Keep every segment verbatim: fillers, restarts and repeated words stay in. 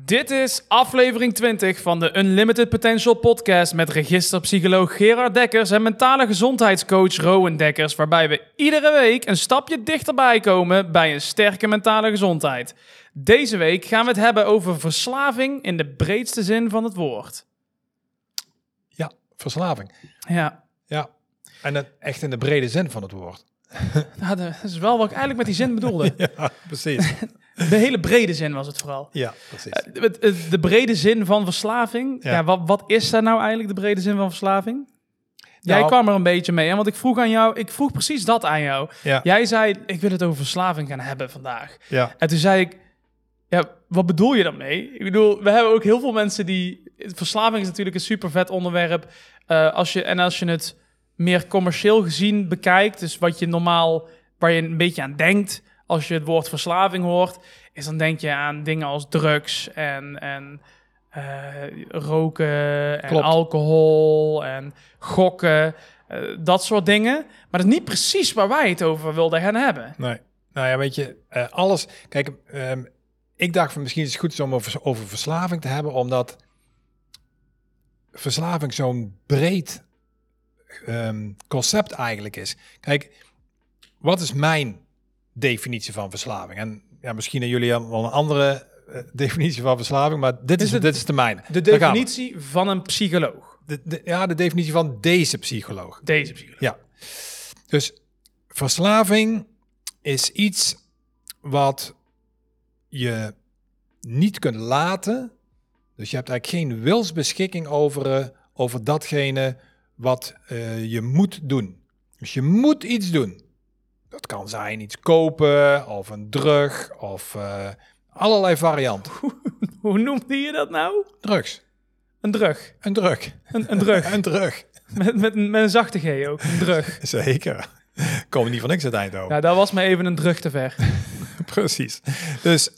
Dit is aflevering twintig van de Unlimited Potential podcast met registerpsycholoog Gerard Dekkers en mentale gezondheidscoach Rowan Dekkers, waarbij we iedere week een stapje dichterbij komen bij een sterke mentale gezondheid. Deze week gaan we het hebben over verslaving in de breedste zin van het woord. Ja, verslaving. Ja. Ja, en het, echt in de brede zin van het woord. Nou, dat is wel wat ik eigenlijk met die zin bedoelde. Ja, precies. De hele brede zin was het vooral. Ja, precies. Uh, de, de brede zin van verslaving. Ja, Ja wat, wat is daar nou eigenlijk de brede zin van verslaving? Jij Nou, kwam er een beetje mee, hè? Want ik vroeg aan jou, ik vroeg precies dat aan jou. Ja. Jij zei, ik wil het over verslaving gaan hebben vandaag. Ja. En toen zei ik, ja, wat bedoel je daarmee? Ik bedoel, we hebben ook heel veel mensen die... Verslaving is natuurlijk een super vet onderwerp. Uh, als je, en als je het meer commercieel gezien bekijkt, dus wat je normaal, waar je een beetje aan denkt als je het woord verslaving hoort, is dan denk je aan dingen als drugs en, en uh, roken en Klopt. alcohol en gokken, uh, dat soort dingen. Maar dat is niet precies waar wij het over wilden gaan hebben. Nee. Nou ja, weet je, uh, alles... Kijk, um, ik dacht van misschien is het goed om over, over verslaving te hebben, omdat verslaving zo'n breed um, concept eigenlijk is. Kijk, wat is mijn definitie van verslaving? En ja, misschien hebben jullie wel een andere uh, definitie van verslaving, maar dit is, is het, dit is de mijne. De definitie van een psycholoog. De, de, ja, de definitie van deze psycholoog. Deze psycholoog. Ja. Dus verslaving is iets wat je niet kunt laten. Dus je hebt eigenlijk geen wilsbeschikking over, uh, over datgene wat uh, je moet doen. Dus je moet iets doen. Dat kan zijn iets kopen of een drug of uh, allerlei varianten. Hoe noemde je dat nou? Drugs. Een drug. Een drug. Een, een drug. Een drug. Met, met, met een zachte G ook. Een drug. Zeker. Komen niet van niks uiteindelijk over. Ja, dat was me even een drug te ver. Precies. Dus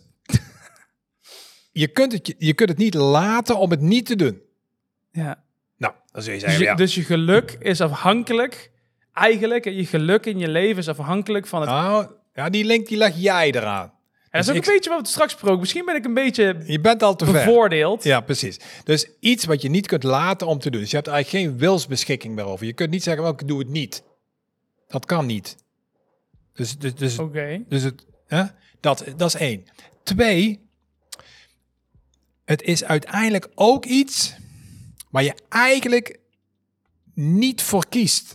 je kunt, het, je kunt het niet laten om het niet te doen. Ja. Nou, dan zul je Dus zeggen, je, ja. dus je geluk is afhankelijk, eigenlijk, je geluk in je leven is afhankelijk van het... Nou, ja, die link die leg jij eraan. En dat is ook ik, een beetje wat we straks spraken. Misschien ben ik een beetje je bent al te ver. bevoordeeld. Ja, precies. Dus iets wat je niet kunt laten om te doen. Dus je hebt eigenlijk geen wilsbeschikking meer over. Je kunt niet zeggen, well, ik doe het niet. Dat kan niet. Dus, dus, dus, Oké. Okay. dus het, hè? Dat, dat is één. Twee, het is uiteindelijk ook iets waar je eigenlijk niet voor kiest.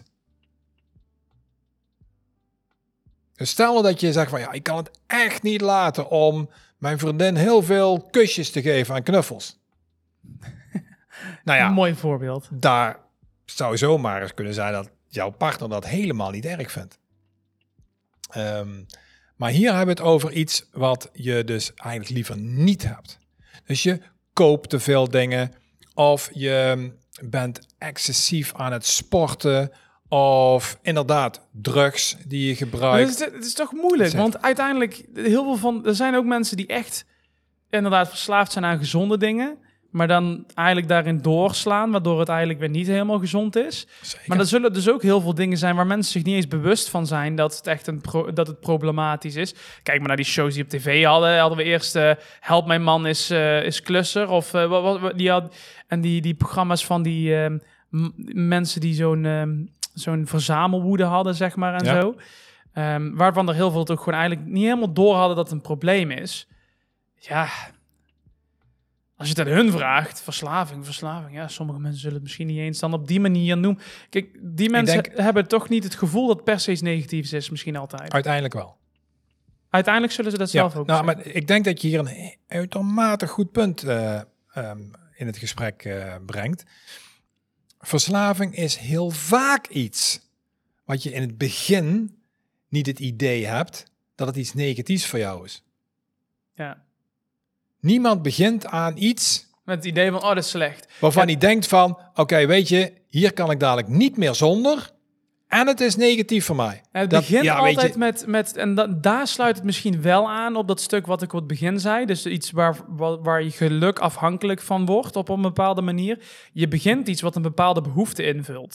Dus stel nou dat je zegt van ja, ik kan het echt niet laten om mijn vriendin heel veel kusjes te geven en knuffels. Nou ja, een mooi voorbeeld. Daar zou zomaar eens kunnen zijn dat jouw partner dat helemaal niet erg vindt. Um, maar hier hebben we het over iets wat je dus eigenlijk liever niet hebt. Dus je koopt te veel dingen of je bent excessief aan het sporten of inderdaad drugs die je gebruikt. Het is, het is toch moeilijk, zeg. Want uiteindelijk heel veel van er zijn ook mensen die echt inderdaad verslaafd zijn aan gezonde dingen, maar dan eigenlijk daarin doorslaan, waardoor het eigenlijk weer niet helemaal gezond is. Zeker. Maar er zullen dus ook heel veel dingen zijn waar mensen zich niet eens bewust van zijn dat het echt een pro- dat het problematisch is. Kijk maar naar die shows die op tv hadden. Hadden we eerst uh, Help Mijn Man is, uh, is Klusser. Of uh, wat, wat, die had, en die, die programma's van die uh, m- mensen die zo'n, uh, zo'n verzamelwoede hadden, zeg maar, en ja. zo. Um, waarvan er heel veel toch gewoon eigenlijk niet helemaal door hadden dat het een probleem is. Ja... Als je het aan hun vraagt, verslaving, verslaving. Ja, sommige mensen zullen het misschien niet eens dan op die manier noemen. Kijk, die mensen denk, hebben toch niet het gevoel dat per se iets negatiefs is, misschien altijd. Uiteindelijk wel. Uiteindelijk zullen ze dat ja, zelf ook nou, zeggen. Maar ik denk dat je hier een uitermate goed punt uh, um, in het gesprek uh, brengt. Verslaving is heel vaak iets wat je in het begin niet het idee hebt dat het iets negatiefs voor jou is. Ja. Niemand begint aan iets... Met het idee van, oh, dat is slecht. Waarvan ja. hij denkt van, oké, okay, weet je, hier kan ik dadelijk niet meer zonder. En het is negatief voor mij. En het dat, begint ja, altijd je... met... met en da, daar sluit het misschien wel aan op dat stuk wat ik op het begin zei. Dus iets waar, waar, waar je geluk afhankelijk van wordt op een bepaalde manier. Je begint iets wat een bepaalde behoefte invult.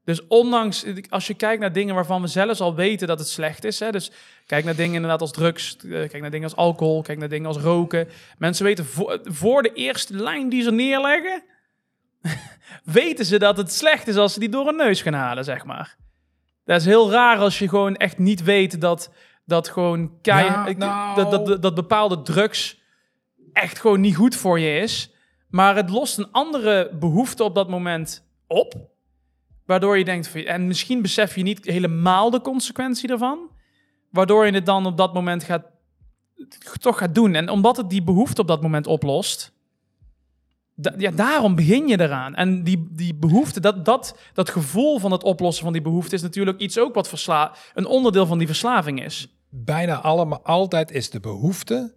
Dus ondanks, als je kijkt naar dingen waarvan we zelfs al weten dat het slecht is. Hè, dus kijk naar dingen inderdaad als drugs, kijk naar dingen als alcohol, kijk naar dingen als roken. Mensen weten voor, voor de eerste lijn die ze neerleggen, weten ze dat het slecht is als ze die door een neus gaan halen, zeg maar. Dat is heel raar als je gewoon echt niet weet dat, dat gewoon kei, Ja, nou. dat, dat, dat, dat bepaalde drugs echt gewoon niet goed voor je is. Maar het lost een andere behoefte op dat moment op. Waardoor je denkt, en misschien besef je niet helemaal de consequentie daarvan. Waardoor je het dan op dat moment gaat, toch gaat doen. En omdat het die behoefte op dat moment oplost, da, ja, daarom begin je eraan. En die, die behoefte, dat, dat, dat gevoel van het oplossen van die behoefte is natuurlijk iets ook wat versla, een onderdeel van die verslaving is. Bijna allemaal, altijd is de behoefte,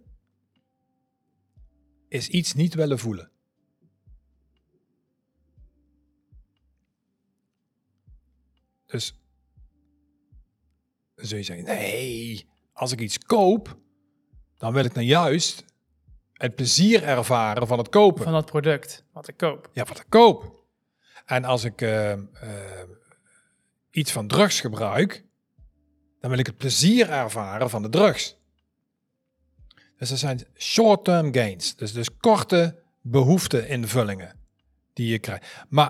is iets niet willen voelen. Dus dan zul je zeggen, nee, als ik iets koop, dan wil ik nou juist het plezier ervaren van het kopen. Van dat product wat ik koop. Ja, wat ik koop. En als ik uh, uh, iets van drugs gebruik, dan wil ik het plezier ervaren van de drugs. Dus er zijn short-term gains. Dus, dus korte behoefte-invullingen die je krijgt. Maar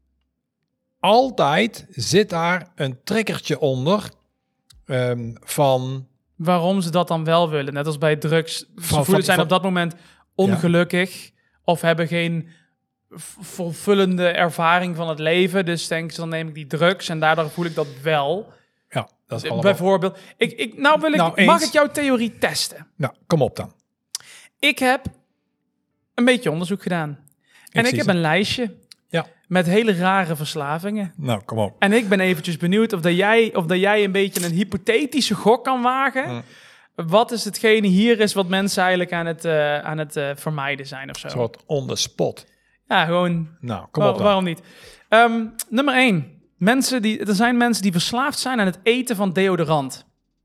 altijd zit daar een triggertje onder um, van... Waarom ze dat dan wel willen. Net als bij drugs. Ze Van, voelen van, zijn van, op dat moment ongelukkig. Ja. Of hebben geen vervullende ervaring van het leven. Dus denken ze, dan neem ik die drugs. En daardoor voel ik dat wel. Ja, dat is allemaal... Bijvoorbeeld. Ik, ik, nou wil ik... Nou, mag ik jouw theorie testen? Nou, kom op dan. Ik heb een beetje onderzoek gedaan. Ik en ik heb ze. een lijstje. Ja. Met hele rare verslavingen. Nou, kom op. En ik ben eventjes benieuwd of dat jij, of dat jij een beetje een hypothetische gok kan wagen. Mm. Wat is hetgene hier is wat mensen eigenlijk aan het, uh, aan het uh, vermijden zijn of zo? Een soort on the spot. Ja, gewoon... Nou, kom waar, op dan. Waarom niet? Um, nummer één. Mensen die, er zijn mensen die verslaafd zijn aan het eten van deodorant.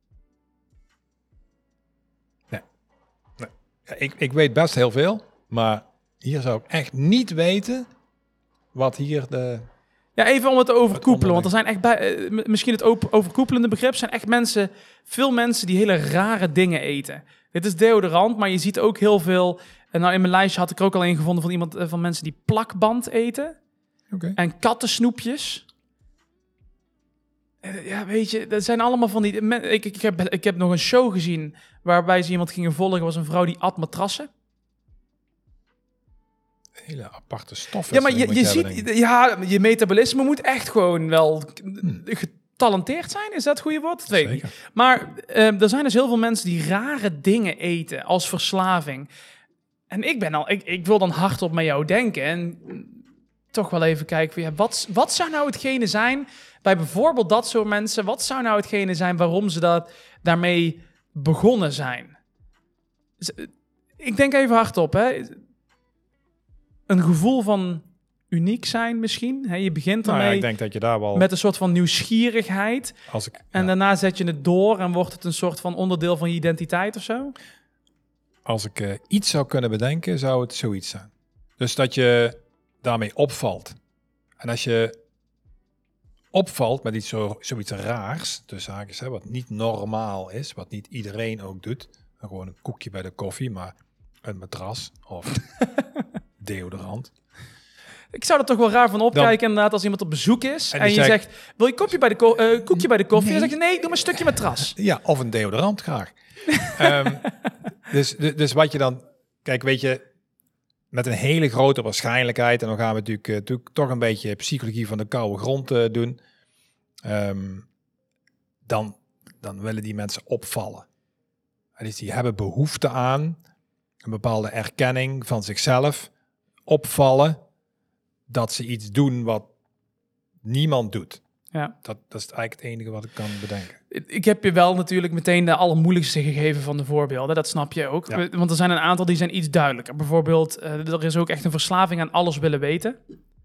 Nee. nee. Ja, ik, ik weet best heel veel, maar hier zou ik echt niet weten wat hier de... Ja, even om het te overkoepelen, want er zijn echt bij, uh, misschien het op- overkoepelende begrip zijn echt mensen, veel mensen die hele rare dingen eten. Dit is deodorant, maar je ziet ook heel veel. En nou in mijn lijstje had ik er ook al een gevonden van iemand uh, van mensen die plakband eten Okay. en kattensnoepjes. Uh, ja, weet je, dat zijn allemaal van die. Men, ik, ik, heb, ik heb nog een show gezien waarbij ze iemand gingen volgen. Was een vrouw die at matrassen. Hele aparte stoffen. Ja, maar je, je ziet, hebben, ja, je metabolisme moet echt gewoon wel Hmm. getalenteerd zijn. Is dat het goede woord? Dat weet ik Zeker. niet. Maar uh, er zijn dus heel veel mensen die rare dingen eten als verslaving. En ik ben al, ik, ik wil dan hardop met jou denken en toch wel even kijken van, ja, wat, wat zou nou hetgene zijn bij bijvoorbeeld dat soort mensen? Wat zou nou hetgene zijn waarom ze dat daarmee begonnen zijn? Dus, uh, ik denk even hardop, hè. Een gevoel van uniek zijn misschien. He, je begint Nou ermee ja, ik denk dat je daar wel... met een soort van nieuwsgierigheid. Als ik, En ja, daarna zet je het door en wordt het een soort van onderdeel van je identiteit of zo. als ik uh, iets zou kunnen bedenken, zou het zoiets zijn. Dus dat je daarmee opvalt. En als je opvalt met iets zo, zoiets raars, dus haakjes, hè, wat niet normaal is, wat niet iedereen ook doet. Gewoon een koekje bij de koffie, maar een matras of deodorant. Ik zou er toch wel raar van opkijken inderdaad als iemand op bezoek is. En, En je die zegt, wil je kopje bij de ko- uh, koekje bij de koffie? Nee. Dan zeg je, nee, doe maar een stukje matras. Ja, of een deodorant graag. um, dus, dus, dus wat je dan... Kijk, weet je, met een hele grote waarschijnlijkheid... en dan gaan we natuurlijk, uh, natuurlijk toch een beetje psychologie van de koude grond uh, doen... Um, dan, dan willen die mensen opvallen. En dus die hebben behoefte aan een bepaalde erkenning van zichzelf, opvallen, dat ze iets doen wat niemand doet. Ja. Dat, dat is eigenlijk het enige wat ik kan bedenken. Ik heb je wel natuurlijk meteen de allermoeilijkste gegeven van de voorbeelden. Dat snap je ook. Ja. Want er zijn een aantal die zijn iets duidelijker. Bijvoorbeeld, uh, er is ook echt een verslaving aan alles willen weten.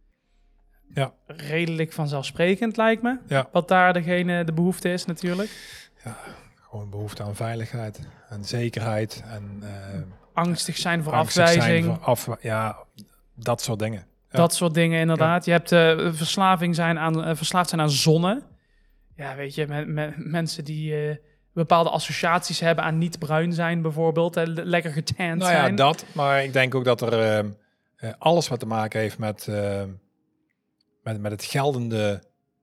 Ja. Redelijk vanzelfsprekend, lijkt me. Ja. Wat daar degene de behoefte is natuurlijk. Ja, gewoon behoefte aan veiligheid en zekerheid en uh, Angstig zijn voor angstig afwijzing. zijn voor af, ja, dat soort dingen. Dat soort dingen inderdaad. Ja. Je hebt uh, verslaving zijn aan, uh, verslaafd zijn aan zonne. Ja, weet je, met, met mensen die uh, bepaalde associaties hebben aan niet bruin zijn bijvoorbeeld. Hè, lekker getand nou zijn. Nou ja, dat. Maar ik denk ook dat er uh, uh, alles wat te maken heeft met, uh, met, met het geldende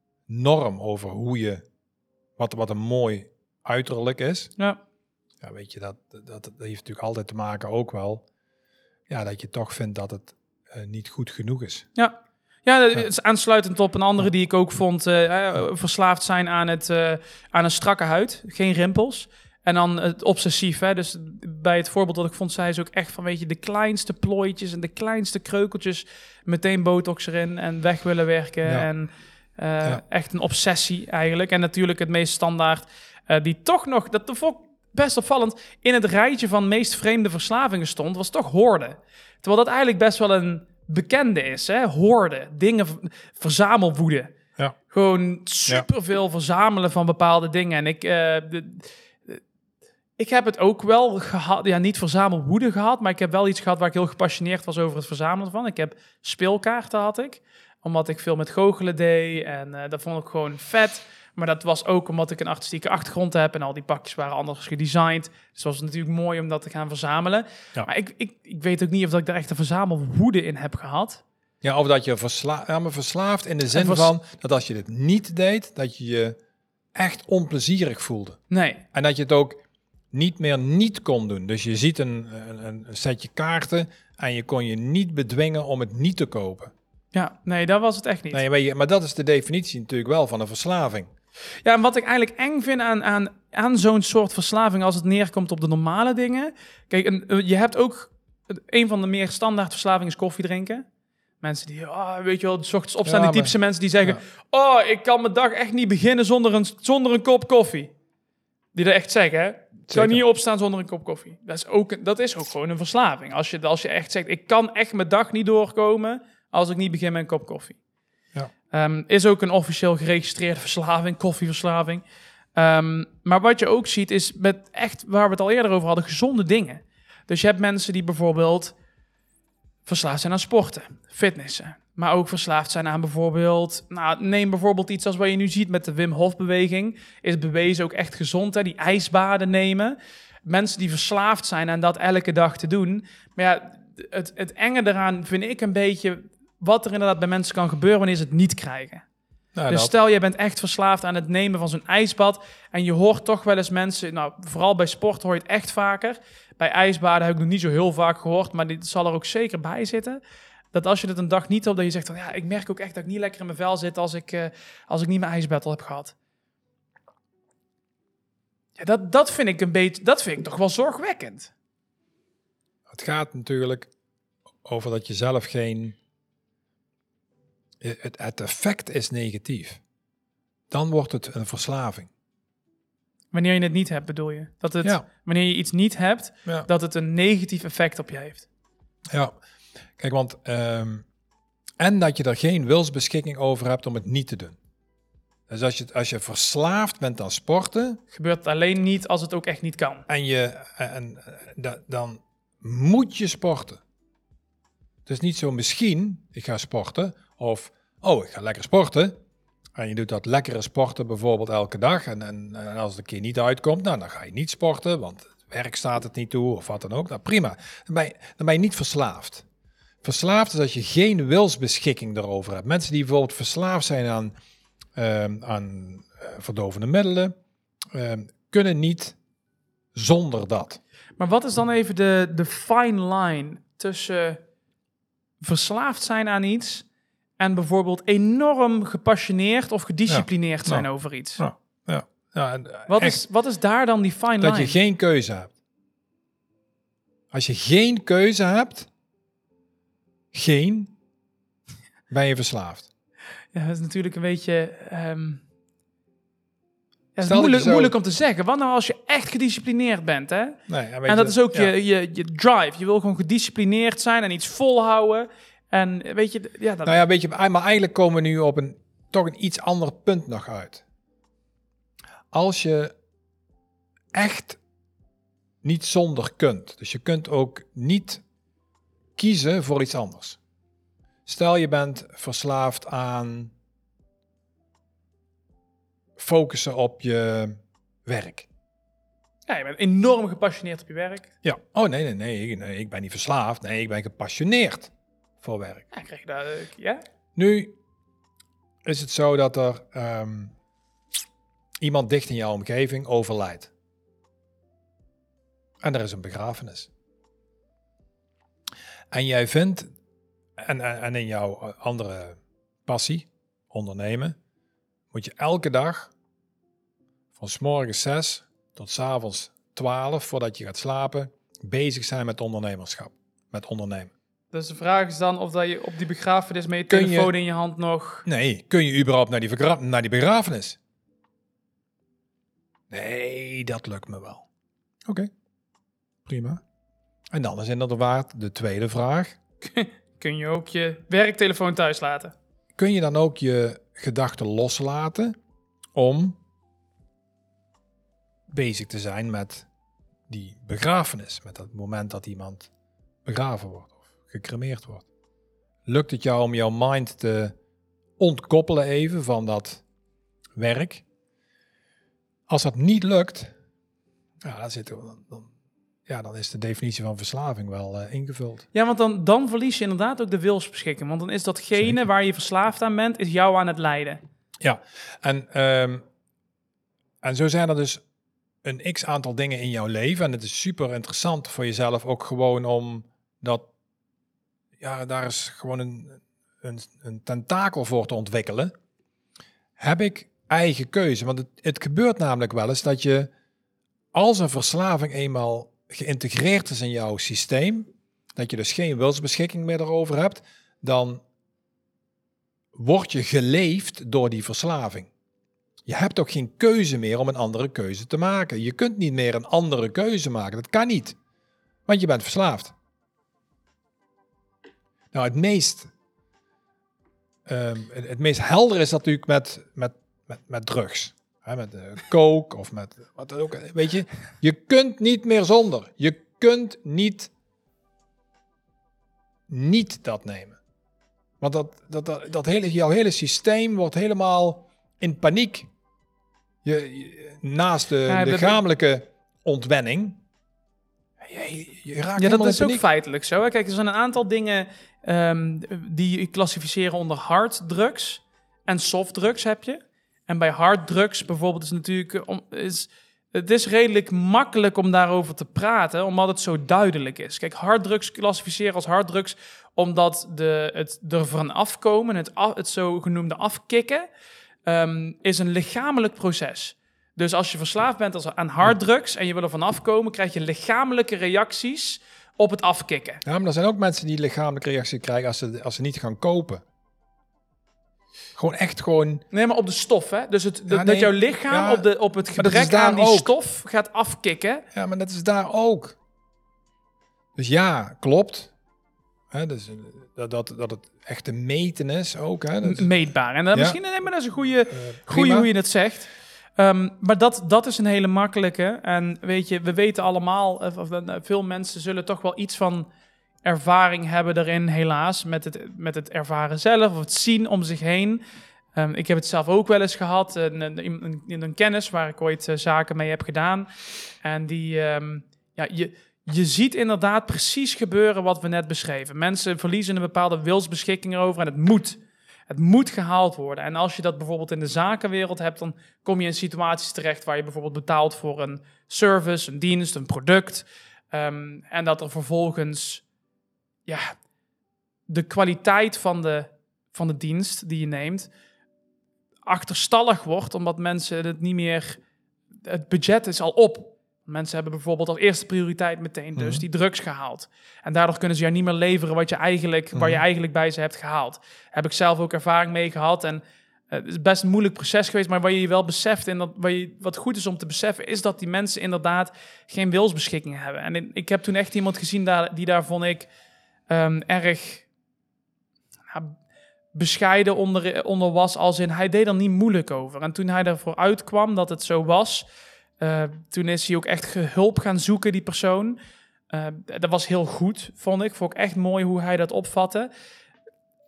norm over hoe je, wat, wat een mooi uiterlijk is. Ja. Ja, weet je, dat, dat, dat heeft natuurlijk altijd te maken ook wel, ja, dat je toch vindt dat het uh, niet goed genoeg is. Ja. Ja, het is aansluitend op een andere die ik ook vond, uh, verslaafd zijn aan, het, uh, aan een strakke huid, geen rimpels. En dan het obsessief, hè. Dus bij het voorbeeld dat ik vond, zei ze ook echt van, weet je, de kleinste plooitjes en de kleinste kreukeltjes, meteen botox erin en weg willen werken. Ja. En uh, ja. echt een obsessie eigenlijk. En natuurlijk het meest standaard, uh, die toch nog, dat vond ik best opvallend, in het rijtje van meest vreemde verslavingen stond, was toch hoorden. Terwijl dat eigenlijk best wel een bekende is, hè? Hoorden, dingen, verzamelwoede. Ja. Gewoon superveel ja. verzamelen van bepaalde dingen. En ik, uh, de, de, ik heb het ook wel gehad, ja, niet verzamelwoede gehad, maar ik heb wel iets gehad waar ik heel gepassioneerd was over het verzamelen van. Ik heb speelkaarten had ik, omdat ik veel met goochelen deed en uh, dat vond ik gewoon vet. Maar dat was ook omdat ik een artistieke achtergrond heb en al die pakjes waren anders gedesigned. Dus het was natuurlijk mooi om dat te gaan verzamelen. Ja. Maar ik, ik, ik weet ook niet of dat ik daar echt een verzamelwoede in heb gehad. Ja, of dat je versla- ja, maar verslaafd in de zin vers- van dat als je dit niet deed, dat je je echt onplezierig voelde. Nee. En dat je het ook niet meer niet kon doen. Dus je ziet een, een, een setje kaarten en je kon je niet bedwingen om het niet te kopen. Ja, nee, dat was het echt niet. Nee, maar, je, maar dat is de definitie natuurlijk wel van een verslaving. Ja, en wat ik eigenlijk eng vind aan, aan, aan zo'n soort verslaving als het neerkomt op de normale dingen. Kijk, een, je hebt ook, een van de meer standaard verslavingen is koffie drinken. Mensen die, oh, weet je wel, 's ochtends opstaan, ja, die typische maar, mensen die zeggen, ja. oh, ik kan mijn dag echt niet beginnen zonder een, zonder een kop koffie. Die dat echt zeggen, hè. Ik kan niet opstaan zonder een kop koffie. Dat is ook, dat is ook gewoon een verslaving. Als je, als je echt zegt, ik kan echt mijn dag niet doorkomen als ik niet begin met een kop koffie. Ja. Um, is ook een officieel geregistreerde verslaving, koffieverslaving. Um, maar wat je ook ziet is met echt, waar we het al eerder over hadden, gezonde dingen. Dus je hebt mensen die bijvoorbeeld verslaafd zijn aan sporten, fitnessen. Maar ook verslaafd zijn aan bijvoorbeeld, nou, neem bijvoorbeeld iets als wat je nu ziet met de Wim Hof beweging. Is bewezen ook echt gezond, hè? Die ijsbaden nemen. Mensen die verslaafd zijn aan dat elke dag te doen. Maar ja, het, het enge eraan vind ik een beetje wat er inderdaad bij mensen kan gebeuren wanneer ze het niet krijgen. Nou, dus dat. Stel, je bent echt verslaafd aan het nemen van zo'n ijsbad en je hoort toch wel eens mensen, nou, vooral bij sport hoor je het echt vaker. Bij ijsbaden heb ik nog niet zo heel vaak gehoord, maar dit zal er ook zeker bij zitten. Dat als je het een dag niet hebt, dat je zegt van ja, ik merk ook echt dat ik niet lekker in mijn vel zit als ik, uh, als ik niet mijn ijsbad al heb gehad. Ja, dat, dat vind ik een beetje, dat vind ik toch wel zorgwekkend. Het gaat natuurlijk over dat je zelf geen, het, het effect is negatief. Dan wordt het een verslaving. Wanneer je het niet hebt, bedoel je? Dat het, ja. Wanneer je iets niet hebt, ja. dat het een negatief effect op je heeft. Ja, kijk, want um, en dat je er geen wilsbeschikking over hebt om het niet te doen. Dus als je, als je verslaafd bent aan sporten, gebeurt het alleen niet als het ook echt niet kan. En je, en, en dan moet je sporten. Het is niet zo misschien, ik ga sporten, of oh, ik ga lekker sporten. En je doet dat lekkere sporten bijvoorbeeld elke dag. En, en, en als het een keer niet uitkomt, nou, dan ga je niet sporten, want het werk staat het niet toe of wat dan ook. Nou, prima. Dan ben je, dan ben je niet verslaafd. Verslaafd is als je geen wilsbeschikking erover hebt. Mensen die bijvoorbeeld verslaafd zijn aan, uh, aan uh, verdovende middelen, uh, kunnen niet zonder dat. Maar wat is dan even de, de fine line tussen verslaafd zijn aan iets en bijvoorbeeld enorm gepassioneerd of gedisciplineerd ja, zijn nou, over iets? Ja, ja, ja, en, wat, is, wat is daar dan die fine dat line? Dat je geen keuze hebt. Als je geen keuze hebt, geen, ben je verslaafd. Ja, dat is natuurlijk een beetje Um, ja, het is moeilijk, zo moeilijk om te zeggen. Wat nou als je echt gedisciplineerd bent, hè? Nee, ja, en dat je, is ook ja. je, je, je drive. Je wil gewoon gedisciplineerd zijn en iets volhouden. En weet je, ja, dat... Nou ja, weet je, maar eigenlijk komen we nu op een toch een iets ander punt nog uit. Als je echt niet zonder kunt, dus je kunt ook niet kiezen voor iets anders. Stel je bent verslaafd aan focussen op je werk. Ja, je bent enorm gepassioneerd op je werk. Ja. Oh nee, nee, nee, nee, ik ben niet verslaafd. Nee, ik ben gepassioneerd voor werk. Ja, krijg je daar, uh, ja? Nu is het zo dat er um, iemand dicht in jouw omgeving overlijdt. En er is een begrafenis. En jij vindt, en, en, en in jouw andere passie, ondernemen, moet je elke dag van 's morgens zes tot 's avonds twaalf, voordat je gaat slapen, bezig zijn met ondernemerschap, met ondernemen. Dus de vraag is dan of dat je op die begrafenis met je Kun telefoon je, in je hand nog... Nee, kun je überhaupt naar die, vergra- naar die begrafenis? Nee, dat lukt me wel. Oké, okay. Prima. En dan is inderdaad de tweede vraag. Kun je ook je werktelefoon thuis laten? Kun je dan ook je gedachten loslaten om bezig te zijn met die begrafenis, met dat moment dat iemand begraven wordt of gecremeerd wordt? Lukt het jou om jouw mind te ontkoppelen even van dat werk? Als dat niet lukt, ja, dan, zit er, dan, ja, dan is de definitie van verslaving wel uh, ingevuld. Ja, want dan, dan verlies je inderdaad ook de wilsbeschikking. Want dan is datgene Zeker. Waar je verslaafd aan bent, is jou aan het lijden. Ja, en, um, en zo zijn er dus een x-aantal dingen in jouw leven. En het is super interessant voor jezelf ook gewoon om dat... Ja, daar is gewoon een, een, een tentakel voor te ontwikkelen. Heb ik eigen keuze? Want het, het gebeurt namelijk wel eens dat je, als een verslaving eenmaal geïntegreerd is in jouw systeem, dat je dus geen wilsbeschikking meer erover hebt, dan word je geleefd door die verslaving. Je hebt ook geen keuze meer om een andere keuze te maken. Je kunt niet meer een andere keuze maken. Dat kan niet, want je bent verslaafd. Nou, het meest, um, het, het meest helder is natuurlijk met, met, met, met drugs. Hè, met uh, coke of met wat dan ook. Weet je, je kunt niet meer zonder. Je kunt niet niet dat nemen. Want dat, dat, dat, dat hele, jouw hele systeem wordt helemaal in paniek. Je, je, naast de ja, lichamelijke ontwenning. Je, je raakt ja, dat is ook feitelijk zo. Hè? Kijk, er zijn een aantal dingen um, die je klassificeren onder harddrugs en softdrugs heb je. En bij harddrugs bijvoorbeeld is natuurlijk... Om, is, het is redelijk makkelijk om daarover te praten, omdat het zo duidelijk is. Kijk, harddrugs klassificeren als harddrugs omdat de, het ervan afkomen, het, af, het zogenoemde afkicken, um, is een lichamelijk proces. Dus als je verslaafd bent als aan harddrugs en je wil er van afkomen, krijg je lichamelijke reacties op het afkicken. Ja, maar er zijn ook mensen die lichamelijke reacties krijgen als ze, als ze niet gaan kopen. Gewoon echt gewoon... Nee, maar op de stof, hè? Dus het, ja, nee, dat jouw lichaam ja, op, de, op het gebrek aan die ook. stof gaat afkicken. Ja, maar dat is daar ook. Dus ja, klopt. Hè, dus, dat, dat, dat het echt te meten is ook. Hè, dus... Meetbaar. En dan ja. misschien, nee, maar dat is een goede, uh, goede hoe je het zegt. Um, maar dat, dat is een hele makkelijke. En weet je, we weten allemaal, of, of, veel mensen zullen toch wel iets van ervaring hebben daarin, helaas, met het, met het ervaren zelf of het zien om zich heen. Um, ik heb het zelf ook wel eens gehad, in een, een, een, een kennis waar ik ooit uh, zaken mee heb gedaan. En die, um, ja, je, je ziet inderdaad precies gebeuren wat we net beschreven. Mensen verliezen een bepaalde wilsbeschikking erover en het moet. Het moet gehaald worden. En als je dat bijvoorbeeld in de zakenwereld hebt, dan kom je in situaties terecht waar je bijvoorbeeld betaalt voor een service, een dienst, een product. Um, en dat er vervolgens ja, de kwaliteit van de, van de dienst die je neemt achterstallig wordt, omdat mensen het niet meer... Het budget is al op. Mensen hebben bijvoorbeeld als eerste prioriteit meteen dus mm-hmm. die drugs gehaald. En daardoor kunnen ze jou niet meer leveren wat je eigenlijk, mm-hmm. waar je eigenlijk bij ze hebt gehaald. Daar heb ik zelf ook ervaring mee gehad. En uh, het is best een moeilijk proces geweest, maar waar je je wel beseft en dat, waar je, wat goed is om te beseffen, is dat die mensen inderdaad geen wilsbeschikking hebben. En ik, ik heb toen echt iemand gezien daar, die daar, vond ik, um, erg nou, bescheiden onder, onder was, als in, hij deed er niet moeilijk over. En toen hij ervoor uitkwam dat het zo was, Uh, toen is hij ook echt hulp gaan zoeken, die persoon. Uh, dat was heel goed, vond ik. Vond ik echt mooi hoe hij dat opvatte.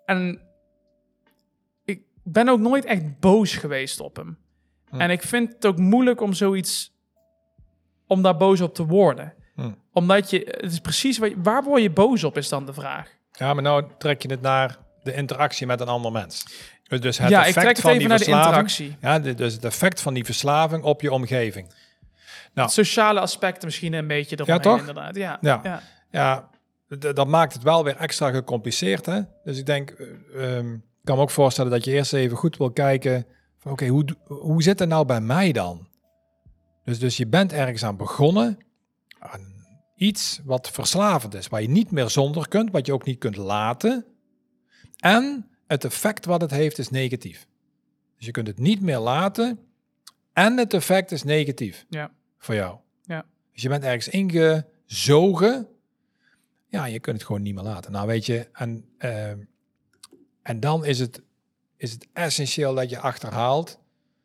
En ik ben ook nooit echt boos geweest op hem. Hm. En ik vind het ook moeilijk om zoiets... om daar boos op te worden. Hm. Omdat je... Het is precies... Wat je, waar word je boos op, is dan de vraag. Ja, maar nou trek je het naar de interactie met een ander mens. Dus het ja, effect ik trek het van even die naar de verslaving, interactie. Ja, dus het effect van die verslaving op je omgeving. Nou, het sociale aspecten misschien een beetje eromheen, ja, toch? Inderdaad. Ja, ja. ja. ja d- dat maakt het wel weer extra gecompliceerd. Hè? Dus ik denk, uh, um, ik kan me ook voorstellen dat je eerst even goed wil kijken... Oké, okay, hoe, hoe zit het nou bij mij dan? Dus, dus je bent ergens aan begonnen... aan iets wat verslavend is, waar je niet meer zonder kunt... wat je ook niet kunt laten... En het effect wat het heeft is negatief. Dus je kunt het niet meer laten. En het effect is negatief. Ja. Voor jou. Ja. Dus je bent ergens ingezogen. Ja, je kunt het gewoon niet meer laten. Nou weet je, en, uh, en dan is het, is het essentieel dat je achterhaalt...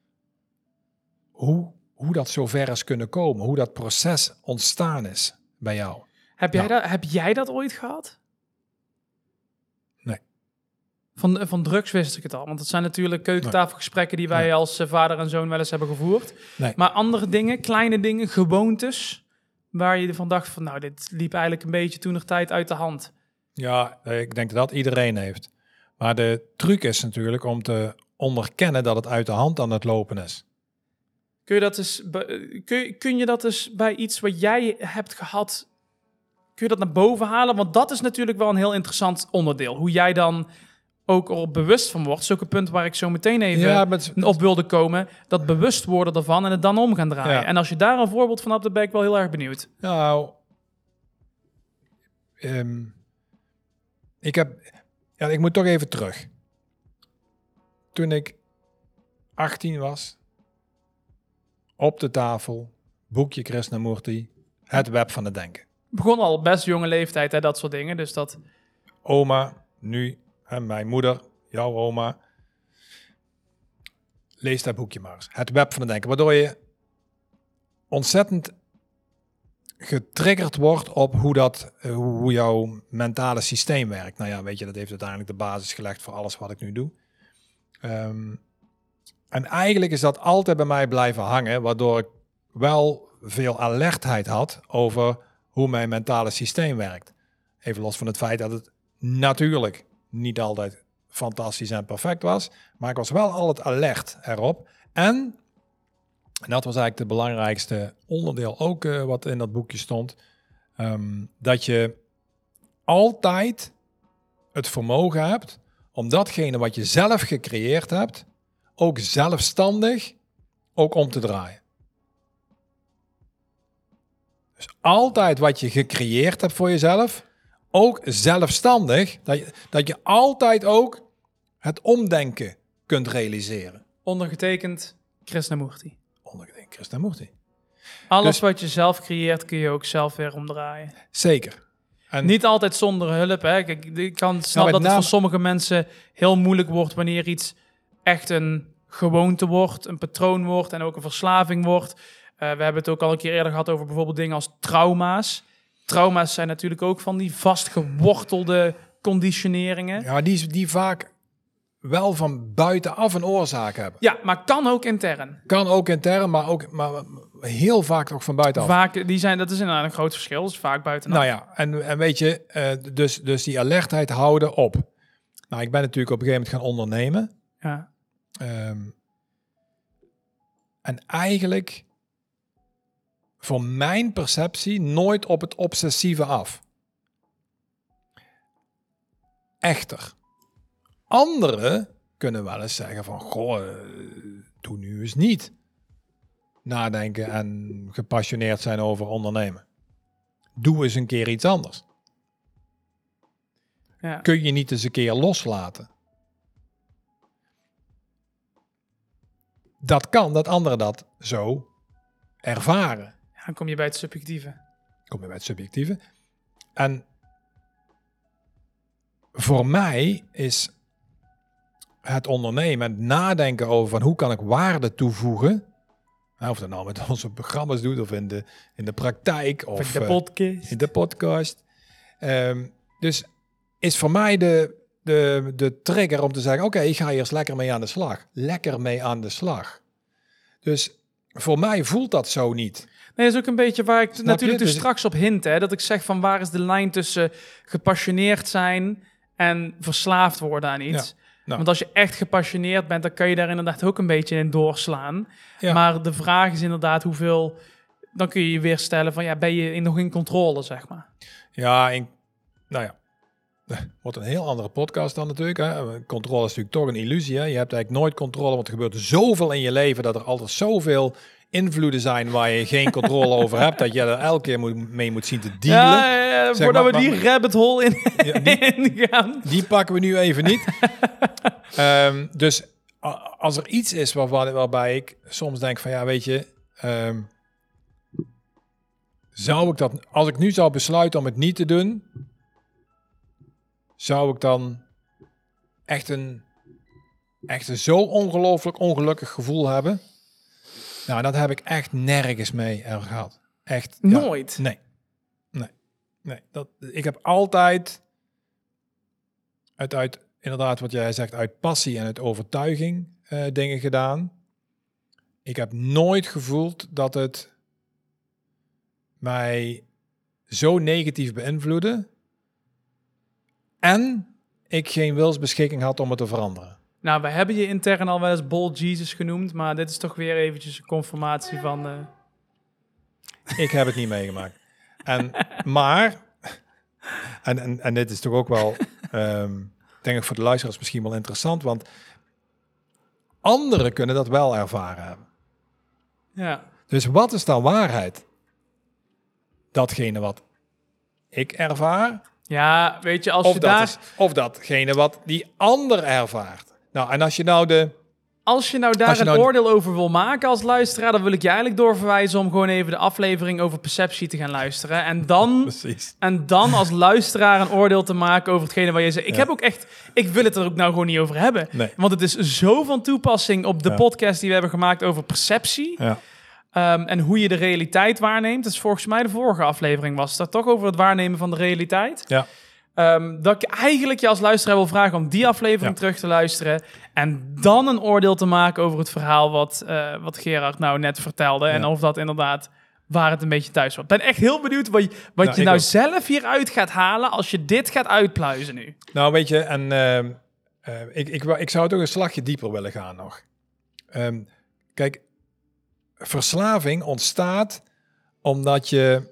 Hoe, hoe dat zover is kunnen komen. Hoe dat proces ontstaan is bij jou. Heb jij, nou. dat, heb jij dat ooit gehad? Nee. Van, van drugs wist ik het al. Want het zijn natuurlijk keukentafelgesprekken die wij nee. als uh, vader en zoon wel eens hebben gevoerd. Nee. Maar andere dingen, kleine dingen, gewoontes... waar je ervan dacht van, nou, dit liep eigenlijk een beetje toentertijd uit de hand. Ja, ik denk dat dat iedereen heeft. Maar de truc is natuurlijk om te onderkennen dat het uit de hand aan het lopen is. Kun je dat eens, kun je, kun je dat eens bij iets wat jij hebt gehad... kun je dat naar boven halen? Want dat is natuurlijk wel een heel interessant onderdeel. Hoe jij dan... ook er bewust van wordt. Zulke punten waar ik zo meteen even ja, het... op wilde komen. Dat bewust worden ervan en het dan om gaan draaien. Ja. En als je daar een voorbeeld van hebt, dan ben ik wel heel erg benieuwd. Nou, um, ik heb... Ja, ik moet toch even terug. Toen ik achttien was, op de tafel, boekje Krishnamurti, het web van het denken. Begon al best jonge leeftijd, hè, dat soort dingen. Dus dat... Oma, nu... En mijn moeder, jouw oma, lees dat boekje maar eens. Het web van het denken. Waardoor je ontzettend getriggerd wordt op hoe, dat, hoe jouw mentale systeem werkt. Nou ja, weet je, dat heeft uiteindelijk de basis gelegd voor alles wat ik nu doe. Um, en eigenlijk is dat altijd bij mij blijven hangen, waardoor ik wel veel alertheid had over hoe mijn mentale systeem werkt. Even los van het feit dat het natuurlijk... niet altijd fantastisch en perfect was. Maar ik was wel altijd alert erop. En, en dat was eigenlijk het belangrijkste onderdeel ook uh, wat in dat boekje stond. Um, dat je altijd het vermogen hebt om datgene wat je zelf gecreëerd hebt, ook zelfstandig ook om te draaien. Dus altijd wat je gecreëerd hebt voor jezelf... ook zelfstandig, dat je, dat je altijd ook het omdenken kunt realiseren. Ondergetekend Krishnamurti. Ondergetekend Krishnamurti. Alles dus, wat je zelf creëert kun je ook zelf weer omdraaien. Zeker. En niet altijd zonder hulp. Hè. Kijk, ik kan snap nou, dat het voor sommige mensen heel moeilijk wordt wanneer iets echt een gewoonte wordt, een patroon wordt en ook een verslaving wordt. Uh, we hebben het ook al een keer eerder gehad over bijvoorbeeld dingen als trauma's. Trauma's zijn natuurlijk ook van die vastgewortelde conditioneringen. Ja, die, die vaak wel van buitenaf een oorzaak hebben. Ja, maar kan ook intern. Kan ook intern, maar ook maar heel vaak ook van buitenaf. Vaak, die zijn, dat is inderdaad een groot verschil. Dus vaak buitenaf. Nou ja, en, en weet je, uh, dus, dus die alertheid houden op. Nou, ik ben natuurlijk op een gegeven moment gaan ondernemen. Ja. Um, en eigenlijk... voor mijn perceptie nooit op het obsessieve af. Echter, anderen kunnen wel eens zeggen van... goh, doe nu eens niet nadenken en gepassioneerd zijn over ondernemen. Doe eens een keer iets anders. Ja. Kun je niet eens een keer loslaten? Dat kan, dat anderen dat zo ervaren. Dan kom je bij het subjectieve. Kom je bij het subjectieve. En voor mij is het ondernemen, het nadenken over van hoe kan ik waarde toevoegen. Nou, of dat nou met onze programma's doet of in de, in de praktijk. Of in de podcast. Uh, in de podcast. Um, dus is voor mij de, de, de trigger om te zeggen, oké, okay, ik ga hier eens lekker mee aan de slag. Lekker mee aan de slag. Dus voor mij voelt dat zo niet. Nee, dat is ook een beetje waar ik Snap natuurlijk je? dus Dus straks op hint. Hè, dat ik zeg van waar is de lijn tussen gepassioneerd zijn en verslaafd worden aan iets. Ja, nou. Want als je echt gepassioneerd bent, dan kan je daar inderdaad ook een beetje in doorslaan. Ja. Maar de vraag is inderdaad hoeveel... Dan kun je je weer stellen van, ja, ben je in, nog in controle, zeg maar. Ja, in, nou ja. Wordt een heel andere podcast dan natuurlijk. Hè. Controle is natuurlijk toch een illusie. Hè. Je hebt eigenlijk nooit controle, want er gebeurt zoveel in je leven dat er altijd zoveel invloeden zijn waar je geen controle over hebt, dat je er elke keer moet, mee moet zien te dealen. Ja, ja, ja, zeg voordat maar, we die maar, rabbit hole in, ja, die, in gaan. Die pakken we nu even niet. um, dus a, als er iets is waar, waar, waarbij ik soms denk van ja, weet je, um, zou ik dat, als ik nu zou besluiten om het niet te doen, zou ik dan echt een, echt een zo ongelooflijk ongelukkig gevoel hebben. Nou, dat heb ik echt nergens mee er gehad. Echt. Nooit? Ja, nee. Nee. Nee. Dat, ik heb altijd uit, uit, inderdaad wat jij zegt, uit passie en uit overtuiging uh, dingen gedaan. Ik heb nooit gevoeld dat het mij zo negatief beïnvloedde en ik geen wilsbeschikking had om het te veranderen. Nou, we hebben je intern al wel eens Bold Jesus genoemd, maar dit is toch weer eventjes een confirmatie van... Uh... Ik heb het niet meegemaakt. En, maar, en, en, en dit is toch ook wel, um, denk ik voor de luisteraars misschien wel interessant, want anderen kunnen dat wel ervaren hebben. Ja. Dus wat is dan waarheid? Datgene wat ik ervaar? Ja, weet je, als of je dat daar... Is, of datgene wat die ander ervaart. Nou, en als je nou de... Als je nou daar je een nou oordeel over wil maken als luisteraar, dan wil ik je eigenlijk doorverwijzen om gewoon even de aflevering over perceptie te gaan luisteren. En dan, Precies. en dan als luisteraar een oordeel te maken over hetgene waar je zegt. Ik Ja. heb ook echt, ik wil het er ook nou gewoon niet over hebben. Nee. Want het is zo van toepassing op de Ja. podcast die we hebben gemaakt over perceptie. Ja. Um, en hoe je de realiteit waarneemt. Dat is volgens mij de vorige aflevering was dat toch over het waarnemen van de realiteit. Ja. Um, dat ik eigenlijk je als luisteraar wil vragen om die aflevering Ja. terug te luisteren en dan een oordeel te maken over het verhaal wat, uh, wat Gerard nou net vertelde. Ja. En of dat inderdaad waar het een beetje thuis wordt. Ik ben echt heel benieuwd wat je, wat nou, je nou ook. zelf hieruit gaat halen als je dit gaat uitpluizen nu. Nou, weet je, en uh, uh, ik, ik, ik zou het ook een slagje dieper willen gaan nog. Um, kijk, verslaving ontstaat omdat je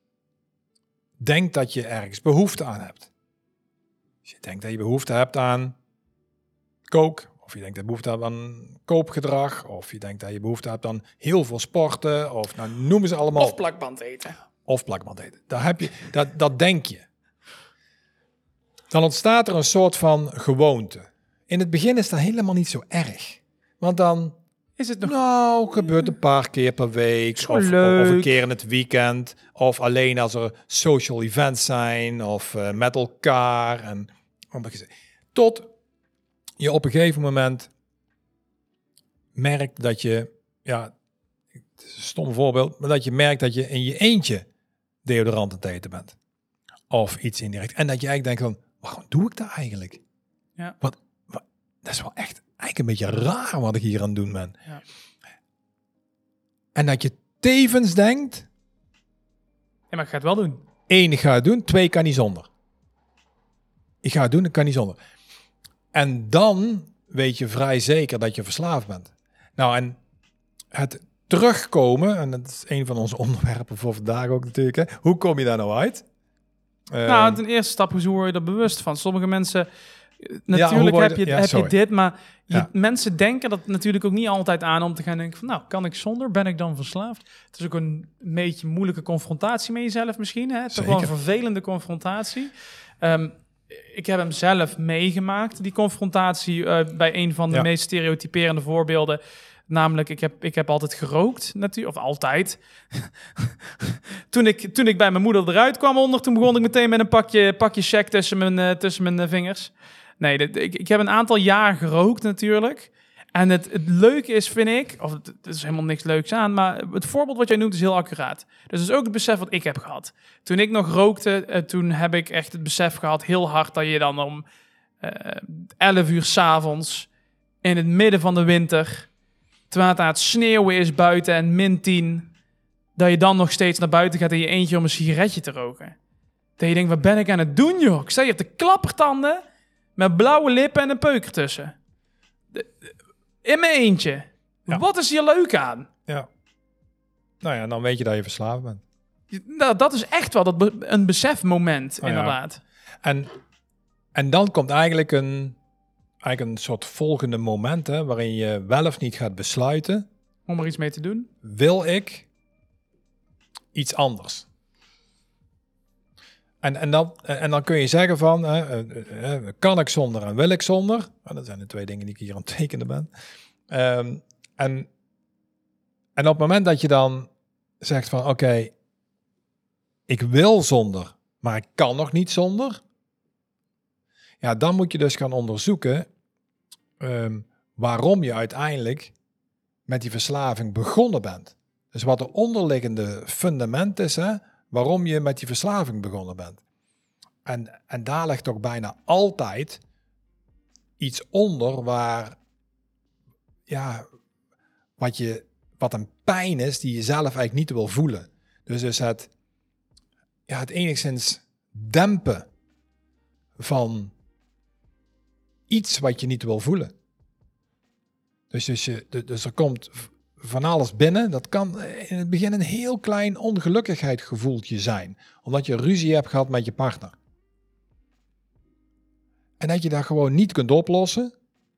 denkt dat je ergens behoefte aan hebt. Als je denkt dat je behoefte hebt aan kook, of je denkt dat je behoefte hebt aan koopgedrag, of je denkt dat je behoefte hebt aan heel veel sporten, of nou, noemen ze allemaal. Of plakband eten. Of plakband eten. Daar heb je, dat, dat denk je. Dan ontstaat er een soort van gewoonte. In het begin is dat helemaal niet zo erg. Want dan is het nog... Nou, gebeurt een paar keer per week. Of, of een keer in het weekend. Of alleen als er social events zijn. Of uh, met elkaar. En, tot je op een gegeven moment merkt dat je... Ja, het is een stom voorbeeld. Maar dat je merkt dat je in je eentje deodorant aan het eten bent. Of iets indirect. En dat je eigenlijk denkt van... Waarom doe ik dat eigenlijk? Ja. Wat, wat, dat is wel echt... eigenlijk een beetje raar wat ik hier aan het doen ben. Ja. En dat je tevens denkt... Ja, maar ik ga het wel doen. Eén, ik ga het doen. Twee, kan niet zonder. Ik ga het doen, ik kan niet zonder. En dan weet je vrij zeker dat je verslaafd bent. Nou, en het terugkomen... en dat is een van onze onderwerpen voor vandaag ook natuurlijk. Hè. Hoe kom je daar nou uit? Nou, uh, ten eerste stap is hoe word je er bewust van. Sommige mensen... Natuurlijk ja, heb, je, ja, heb je dit, maar je, ja. mensen denken dat natuurlijk ook niet altijd aan om te gaan denken van, nou, kan ik zonder? Ben ik dan verslaafd? Het is ook een beetje moeilijke confrontatie met jezelf misschien. Hè? Toch wel een vervelende confrontatie. Um, ik heb hem zelf meegemaakt, die confrontatie, uh, bij een van de ja. meest stereotyperende voorbeelden. Namelijk, ik heb, ik heb altijd gerookt, natuurlijk, of altijd. toen, ik, toen ik bij mijn moeder eruit kwam onder, toen begon ik meteen met een pakje, pakje check tussen mijn, uh, tussen mijn uh, vingers. Nee, dit, ik, ik heb een aantal jaar gerookt natuurlijk. En het, het leuke is, vind ik, of het, het is helemaal niks leuks aan, maar het voorbeeld wat jij noemt is heel accuraat. Dus dat is ook het besef wat ik heb gehad. Toen ik nog rookte, uh, toen heb ik echt het besef gehad, heel hard, dat je dan om uh, elf uur 's avonds in het midden van de winter, terwijl het aan het sneeuwen is buiten en min tien, dat je dan nog steeds naar buiten gaat in je eentje om een sigaretje te roken. Dat je denkt, wat ben ik aan het doen, joh? Ik sta hier op de klappertanden met blauwe lippen en een peuk ertussen. In mijn eentje. Ja. Wat is hier leuk aan? Ja. Nou ja, dan weet je dat je verslaafd bent. Nou, dat is echt wel dat be- een besefmoment, oh, inderdaad. Ja. En, en dan komt eigenlijk een, eigenlijk een soort volgende moment, hè, waarin je wel of niet gaat besluiten. Om er iets mee te doen? Wil ik iets anders? En, en, dan, en dan kun je zeggen van, uh, uh, uh, kan ik zonder en wil ik zonder? Nou, dat zijn de twee dingen die ik hier aan het tekenen ben. Um, en, en op het moment dat je dan zegt van, oké, okay, ik wil zonder, maar ik kan nog niet zonder. Ja, dan moet je dus gaan onderzoeken um, waarom je uiteindelijk met die verslaving begonnen bent. Dus wat de onderliggende fundament is, hè, waarom je met die verslaving begonnen bent. En, en daar ligt toch bijna altijd iets onder waar, ja, wat, je, wat een pijn is die je zelf eigenlijk niet wil voelen. Dus, dus het, ja, het enigszins dempen van iets wat je niet wil voelen. Dus, dus, je, dus er komt van alles binnen. Dat kan in het begin een heel klein ongelukkigheidsgevoeltje zijn. Omdat je ruzie hebt gehad met je partner. En dat je dat gewoon niet kunt oplossen.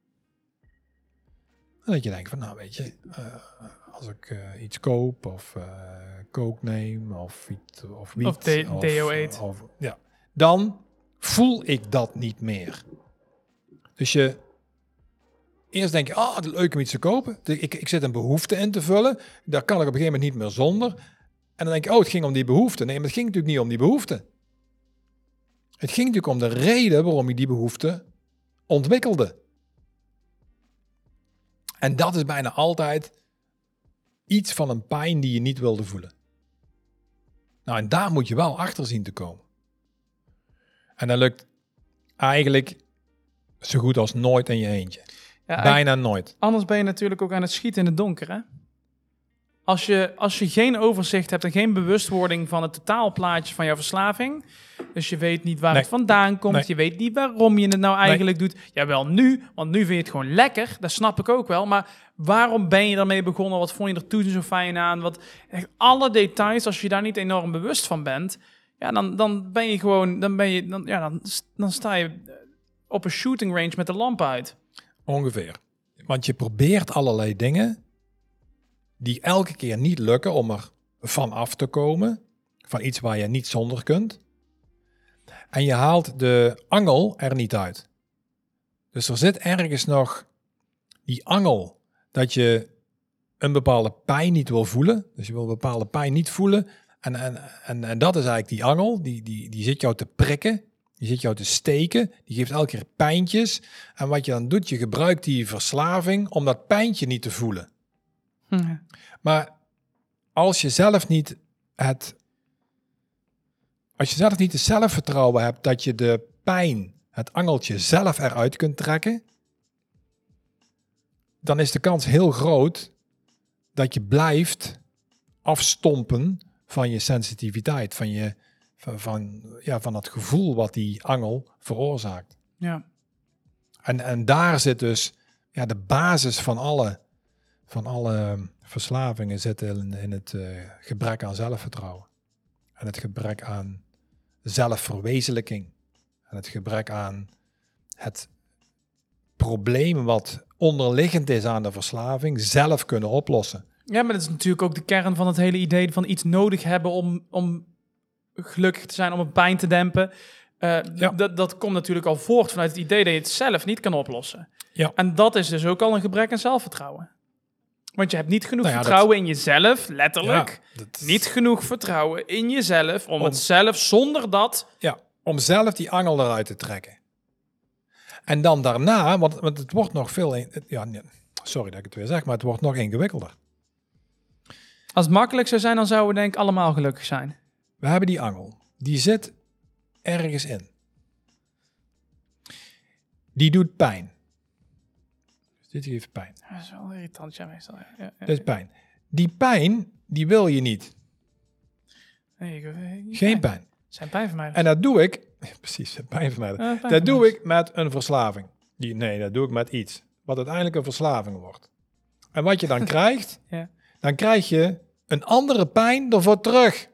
En dat je denkt van, nou weet je, uh, als ik uh, iets koop of uh, kook neem of iets of wiet of de- of, deo eet, uh, of, ja, dan voel ik dat niet meer. Dus je eerst denk je, ah, oh, leuk om iets te kopen. Ik, ik zit een behoefte in te vullen. Daar kan ik op een gegeven moment niet meer zonder. En dan denk je, oh, het ging om die behoefte. Nee, maar het ging natuurlijk niet om die behoefte. Het ging natuurlijk om de reden waarom je die behoefte ontwikkelde. En dat is bijna altijd iets van een pijn die je niet wilde voelen. Nou, en daar moet je wel achter zien te komen. En dat lukt eigenlijk zo goed als nooit in je eentje. Ja, bijna nooit. Anders ben je natuurlijk ook aan het schieten in het donker, hè? Als je, als je geen overzicht hebt en geen bewustwording van het totaalplaatje van jouw verslaving, dus je weet niet waar nee. het vandaan komt, nee. je weet niet waarom je het nou eigenlijk nee. doet. Jawel, nu, want nu vind je het gewoon lekker, dat snap ik ook wel, maar waarom ben je daarmee begonnen? Wat vond je er toen zo fijn aan? Wat, echt alle details, als je daar niet enorm bewust van bent, ja, dan, dan ben je gewoon, dan ben je, dan, ja, dan, dan sta je op een shooting range met de lamp uit. Ongeveer. Want je probeert allerlei dingen die elke keer niet lukken om er van af te komen. Van iets waar je niet zonder kunt. En je haalt de angel er niet uit. Dus er zit ergens nog die angel dat je een bepaalde pijn niet wil voelen. Dus je wil een bepaalde pijn niet voelen. En, en, en, en dat is eigenlijk die angel. Die, die, die zit jou te prikken. Die zit jou te steken, die geeft elke keer pijntjes. En wat je dan doet, je gebruikt die verslaving om dat pijntje niet te voelen. Hm. Maar als je zelf niet het... Als je zelf niet het zelfvertrouwen hebt dat je de pijn, het angeltje zelf eruit kunt trekken, dan is de kans heel groot dat je blijft afstompen van je sensitiviteit, van je... Van, van, ja, van dat gevoel wat die angel veroorzaakt. Ja. En, en daar zit dus ja, de basis van alle, van alle verslavingen zit in, in het uh, gebrek aan zelfvertrouwen. En het gebrek aan zelfverwezenlijking. En het gebrek aan het probleem wat onderliggend is aan de verslaving zelf kunnen oplossen. Ja, maar dat is natuurlijk ook de kern van het hele idee van iets nodig hebben om... om gelukkig te zijn, om een pijn te dempen. Uh, ja. d- dat komt natuurlijk al voort vanuit het idee dat je het zelf niet kan oplossen. Ja. En dat is dus ook al een gebrek aan zelfvertrouwen. Want je hebt niet genoeg nou ja, vertrouwen dat... in jezelf, letterlijk. Ja, dat... Niet genoeg vertrouwen in jezelf om, om het zelf zonder dat... Ja, om zelf die angel eruit te trekken. En dan daarna, want, want het wordt nog veel... In, ja, nee, sorry dat ik het weer zeg, maar het wordt nog ingewikkelder. Als het makkelijk zou zijn, dan zouden we denk ik allemaal gelukkig zijn. We hebben die angel. Die zit ergens in. die doet pijn. Dus dit geeft pijn. Dat is wel irritant, ja, meestal. Ja, ja, ja. Dat is pijn. Die pijn, die wil je niet. Nee, ik, ik, Geen pijn. Zijn pijnvermijders. En dat doe ik... Precies, pijnvermijder. Uh, Dat doe ik met een verslaving. Die, nee, dat doe ik met iets. Wat uiteindelijk een verslaving wordt. En wat je dan krijgt... Ja. Dan krijg je een andere pijn ervoor terug.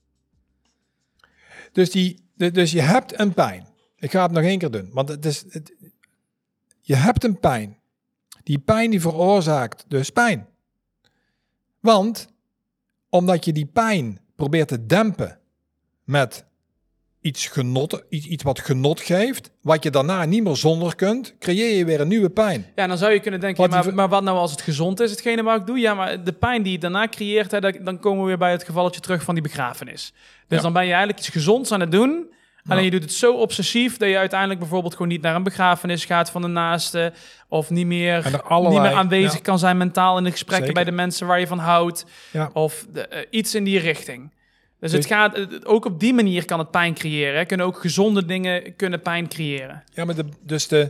Dus, die, dus je hebt een pijn. Ik ga het nog één keer doen. Want het is, het, je hebt een pijn. Die pijn die veroorzaakt dus pijn. Want omdat je die pijn probeert te dempen met iets, genot, iets, iets wat genot geeft, wat je daarna niet meer zonder kunt, creëer je weer een nieuwe pijn. Ja, dan zou je kunnen denken, Wat ja, maar, die- maar wat nou als het gezond is, hetgene wat ik doe? Ja, maar de pijn die het daarna creëert, hè, dat- dan komen we weer bij het gevalletje terug van die begrafenis. Dus Ja. dan ben je eigenlijk iets gezonds aan het doen, alleen Ja. je doet het zo obsessief dat je uiteindelijk bijvoorbeeld gewoon niet naar een begrafenis gaat van de naaste, of niet meer, En er allerlei- niet meer aanwezig ja. kan zijn mentaal in de gesprekken Zeker. bij de mensen waar je van houdt, Ja. of de, eh, iets in die richting. Dus Dus- het gaat, het- ook op die manier kan het pijn creëren. Hè. Kunnen ook gezonde dingen kunnen pijn creëren. Ja, maar de, dus de...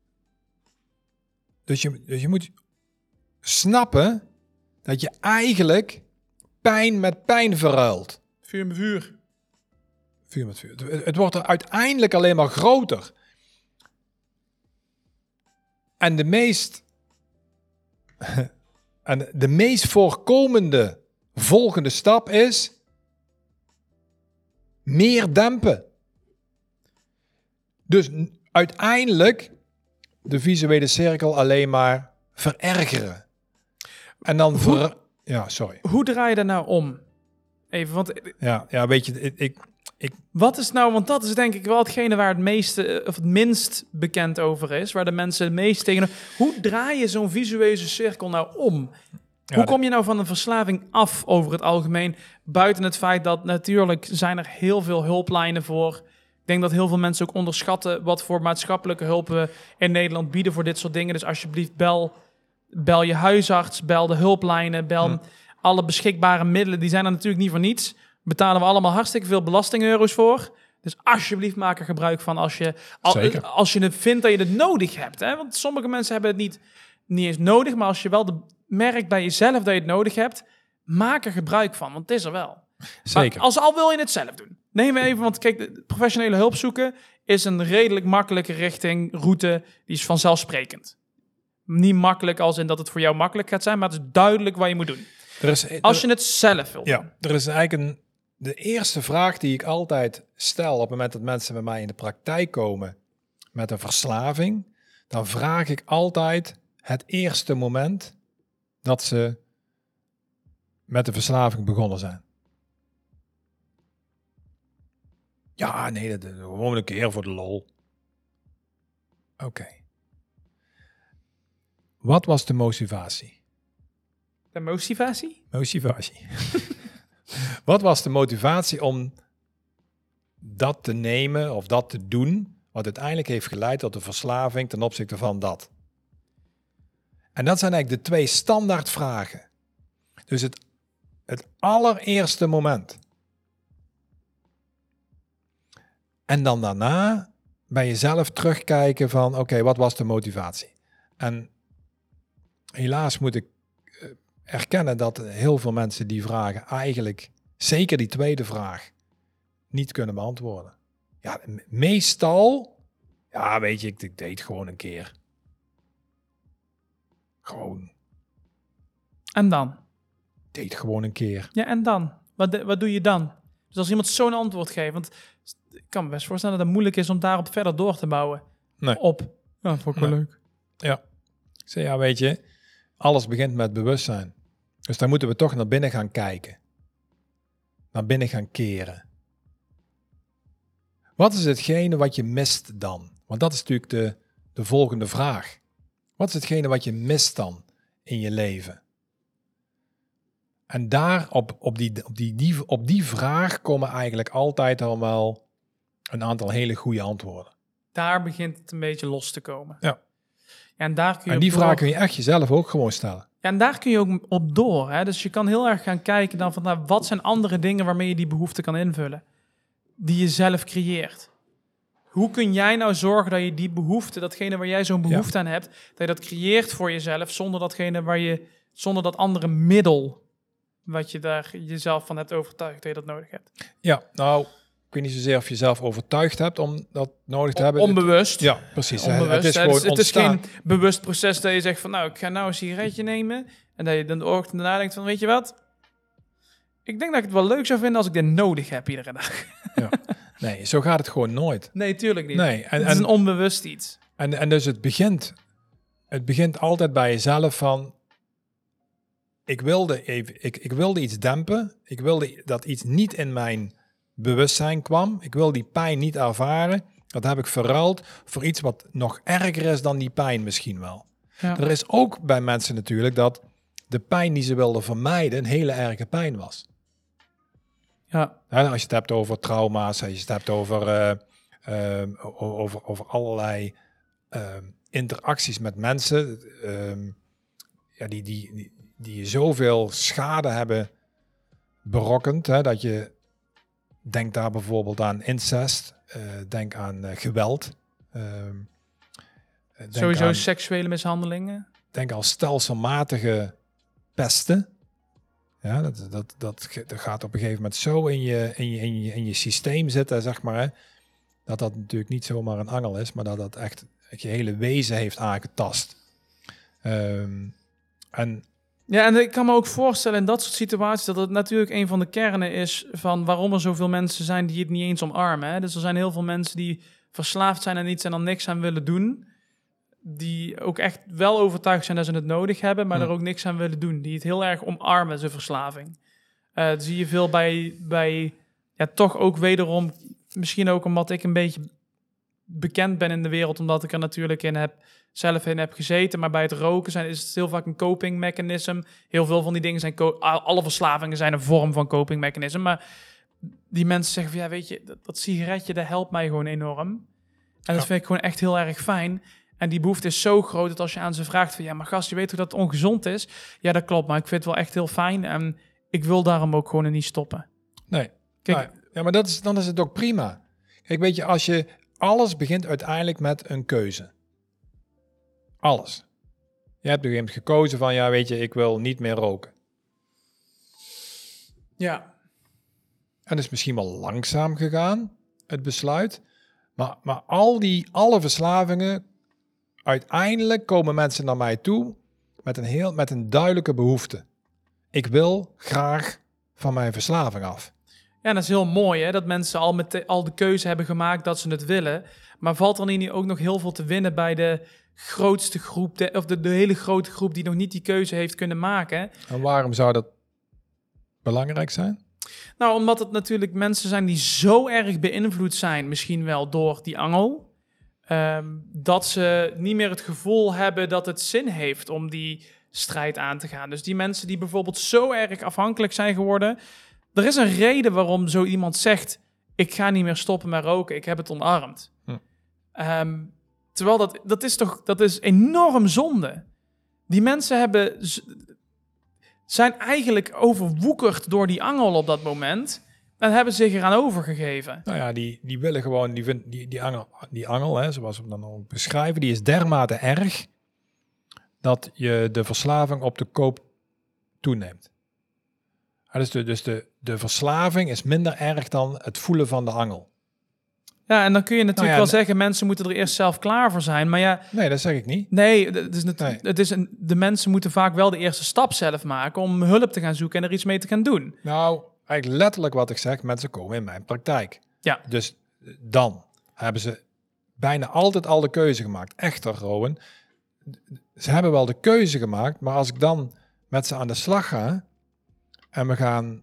Dus je, dus je moet snappen dat je eigenlijk pijn met pijn verruilt. Vuur met vuur. Vuur met vuur. Het, het wordt er uiteindelijk alleen maar groter. En de meest... en de meest voorkomende volgende stap is... meer dempen. Dus n- uiteindelijk de visuele cirkel alleen maar verergeren. En dan ver... Ja, sorry. Hoe draai je daar nou om? Even, want Ja, ja weet je, ik... ik, ik wat is nou, want dat is denk ik wel hetgene waar het meeste of het minst bekend over is, waar de mensen het meest tegen. Hoe draai je zo'n visuele cirkel nou om? ja, Hoe de- kom je nou van een verslaving af over het algemeen? Buiten het feit dat natuurlijk zijn er heel veel hulplijnen voor. Ik denk dat heel veel mensen ook onderschatten wat voor maatschappelijke hulp we in Nederland bieden voor dit soort dingen. Dus alsjeblieft bel, bel je huisarts, bel de hulplijnen, bel Hm. alle beschikbare middelen. Die zijn er natuurlijk niet voor niets. Betalen we allemaal hartstikke veel belastingeuro's voor. Dus alsjeblieft maak er gebruik van als je, al- Zeker. als je het vindt dat je het nodig hebt. Hè? Want sommige mensen hebben het niet, niet eens nodig. Maar als je wel de, merkt bij jezelf dat je het nodig hebt, maak er gebruik van. Want het is er wel. Zeker. Maar als al wil je het zelf doen. Neem even, want kijk, de professionele hulp zoeken is een redelijk makkelijke richting, route. Die is vanzelfsprekend. Niet makkelijk als in dat het voor jou makkelijk gaat zijn, maar het is duidelijk wat je moet doen. Er is, Als je het zelf wil doen. Ja, er is eigenlijk een... De eerste vraag die ik altijd stel op het moment dat mensen bij mij in de praktijk komen met een verslaving, dan vraag ik altijd het eerste moment dat ze met de verslaving begonnen zijn. Ja, nee, dat is gewoon een keer voor de lol. Oké. Wat was de motivatie? De motivatie? Motivatie. Wat was de motivatie om dat te nemen of dat te doen, wat uiteindelijk heeft geleid tot de verslaving ten opzichte van dat? En dat zijn eigenlijk de twee standaardvragen. Dus het, het allereerste moment. En dan daarna bij jezelf terugkijken van, oké, wat was de motivatie? En helaas moet ik erkennen dat heel veel mensen die vragen eigenlijk, zeker die tweede vraag, niet kunnen beantwoorden. Ja, me- meestal, ja, weet je, ik, ik deed gewoon een keer. Gewoon, En dan? ik deed gewoon een keer. Ja, en dan? Wat, de- wat doe je dan? Dus als iemand zo'n antwoord geeft, want ik kan me best voorstellen dat het moeilijk is om daarop verder door te bouwen. Nee. Op. Ja, dat vond ik wel Nee. leuk. Ja. Ik zei, ja, weet je, alles begint met bewustzijn. Dus dan moeten we toch naar binnen gaan kijken. Naar binnen gaan keren. Wat is hetgene wat je mist dan? Want dat is natuurlijk de, de volgende vraag. Wat is hetgene wat je mist dan in je leven? En daar op, op, die, op, die, die, op die vraag komen eigenlijk altijd al wel een aantal hele goede antwoorden. Daar begint het een beetje los te komen. Ja. Ja, en daar kun je En die op vraag door- kun je echt jezelf ook gewoon stellen. Ja, en daar kun je ook op door. Hè? Dus je kan heel erg gaan kijken dan van, nou, wat zijn andere dingen waarmee je die behoefte kan invullen? Die je zelf creëert. hoe kun jij nou zorgen dat je die behoefte, datgene waar jij zo'n behoefte Ja. aan hebt, dat je dat creëert voor jezelf, zonder datgene waar je, zonder dat andere middel, wat je daar jezelf van hebt overtuigd dat je dat nodig hebt. Ja, nou, ik weet niet zozeer of je zelf overtuigd hebt om dat nodig te hebben. Onbewust. Ja, precies. Onbewust. Het is hè. gewoon Dus het is ontstaan. geen bewust proces dat je zegt van, nou, ik ga nou een sigaretje nemen. En dat je dan de ochtend daarna denkt van, weet je wat? Ik denk dat ik het wel leuk zou vinden als ik dit nodig heb iedere dag. Ja. Nee, zo gaat het gewoon nooit. Nee, tuurlijk niet. Nee, en, Het is en, een onbewust iets. en, en dus het begint, het begint altijd bij jezelf van, ik wilde, even, ik, ik wilde iets dempen. Ik wilde dat iets niet in mijn bewustzijn kwam. Ik wil die pijn niet ervaren. Dat heb ik verruild voor iets wat nog erger is dan die pijn misschien wel. Ja. Er is ook bij mensen natuurlijk dat de pijn die ze wilden vermijden een hele erge pijn was. Ja. Ja, als je het hebt over trauma's, als je het hebt over, uh, um, over, over allerlei um, interacties met mensen, um, ja, die, die, die, die je zoveel schade hebben berokkend, hè, dat je denkt daar bijvoorbeeld aan incest, uh, denk aan uh, geweld. Um, denk Sowieso aan, seksuele mishandelingen. denk aan stelselmatige pesten. Ja, dat, dat, dat, dat gaat op een gegeven moment zo in je, in je, in je, in je systeem zitten, zeg maar. Hè, dat dat natuurlijk niet zomaar een angel is, maar dat dat echt je hele wezen heeft aangetast. Um, en Ja, en ik kan me ook voorstellen in dat soort situaties dat het natuurlijk een van de kernen is van waarom er zoveel mensen zijn die het niet eens omarmen. Hè? Dus er zijn heel veel mensen die verslaafd zijn en iets en dan niks aan willen doen. Die ook echt wel overtuigd zijn dat ze het nodig hebben, maar Hmm. er ook niks aan willen doen. Die het heel erg omarmen, zijn verslaving. Uh, dat zie je veel bij, bij ja, toch ook wederom, misschien ook omdat ik een beetje bekend ben in de wereld, omdat ik er natuurlijk in heb, zelf in heb gezeten. Maar bij het roken zijn, is het heel vaak een coping mechanism. Heel veel van die dingen zijn, co- alle verslavingen zijn een vorm van coping mechanism. Maar die mensen zeggen van, ja, weet je, dat, dat sigaretje, dat helpt mij gewoon enorm. En dat Ja. vind ik gewoon echt heel erg fijn. En die behoefte is zo groot dat als je aan ze vraagt van, ja, maar gast, je weet toch dat het ongezond is? Ja, dat klopt, maar ik vind het wel echt heel fijn. En ik wil daarom ook gewoon er niet stoppen. nee, Kijk, nou, ja, maar dat is, dan is het ook prima. Kijk, weet je, als je alles begint uiteindelijk met een keuze. Alles. Je hebt op een gegeven moment gekozen van, ja, weet je, ik wil niet meer roken. ja, En het is misschien wel langzaam gegaan, het besluit. Maar, maar al die, alle verslavingen, uiteindelijk komen mensen naar mij toe met een, heel, met een duidelijke behoefte. Ik wil graag van mijn verslaving af. Ja, dat is heel mooi, hè? Dat mensen al, met de, al de keuze hebben gemaakt dat ze het willen. Maar valt er niet ook nog heel veel te winnen bij de grootste groep, de, of de, de hele grote groep die nog niet die keuze heeft kunnen maken? En waarom zou dat belangrijk zijn? Nou, omdat het natuurlijk mensen zijn die zo erg beïnvloed zijn, misschien wel door die angel, um, dat ze niet meer het gevoel hebben dat het zin heeft om die strijd aan te gaan. Dus die mensen die bijvoorbeeld zo erg afhankelijk zijn geworden. Er is een reden waarom zo iemand zegt, ik ga niet meer stoppen met roken, ik heb het omarmd. Hm. Um, terwijl dat, dat is toch, dat is enorm zonde. Die mensen hebben, zijn eigenlijk overwoekerd door die angel op dat moment en hebben zich eraan overgegeven. Nou ja, die, die willen gewoon, die, vind, die, die angel, die angel hè, zoals we hem dan ook beschrijven, die is dermate erg dat je de verslaving op de koop toeneemt. Dus, de, dus de, de verslaving is minder erg dan het voelen van de angel. Ja, en dan kun je natuurlijk Nou ja, wel zeggen, mensen moeten er eerst zelf klaar voor zijn. Maar ja, Nee, dat zeg ik niet. nee, het is natu- Nee. Het is een, de mensen moeten vaak wel de eerste stap zelf maken om hulp te gaan zoeken en er iets mee te gaan doen. Nou, eigenlijk letterlijk wat ik zeg, mensen komen in mijn praktijk. Ja. Dus dan hebben ze bijna altijd al de keuze gemaakt. Echter, Rowan, ze hebben wel de keuze gemaakt, maar als ik dan met ze aan de slag ga en we gaan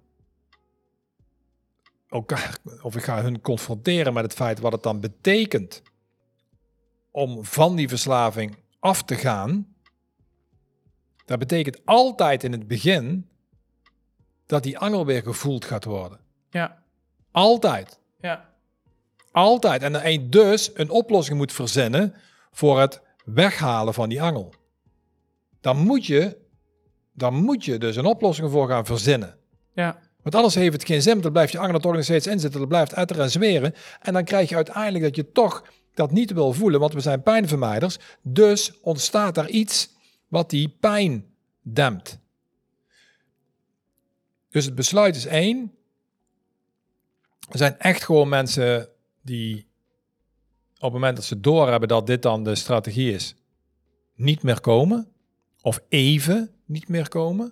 elkaar, of ik ga hun confronteren met het feit wat het dan betekent om van die verslaving af te gaan, dat betekent altijd in het begin dat die angel weer gevoeld gaat worden. Ja, Altijd. ja, Altijd. En dat je dus een oplossing moet verzinnen voor het weghalen van die angel. Dan moet je, dan moet je dus een oplossing voor gaan verzinnen. ja. Want anders heeft het geen zin. Dan blijft je angel er toch nog steeds in zitten. Dan blijft etteren en zweren. En dan krijg je uiteindelijk dat je toch dat niet wil voelen. Want we zijn pijnvermijders. Dus ontstaat er iets wat die pijn dempt. Dus het besluit is één. Er zijn echt gewoon mensen die op het moment dat ze doorhebben dat dit dan de strategie is, niet meer komen. Of even niet meer komen.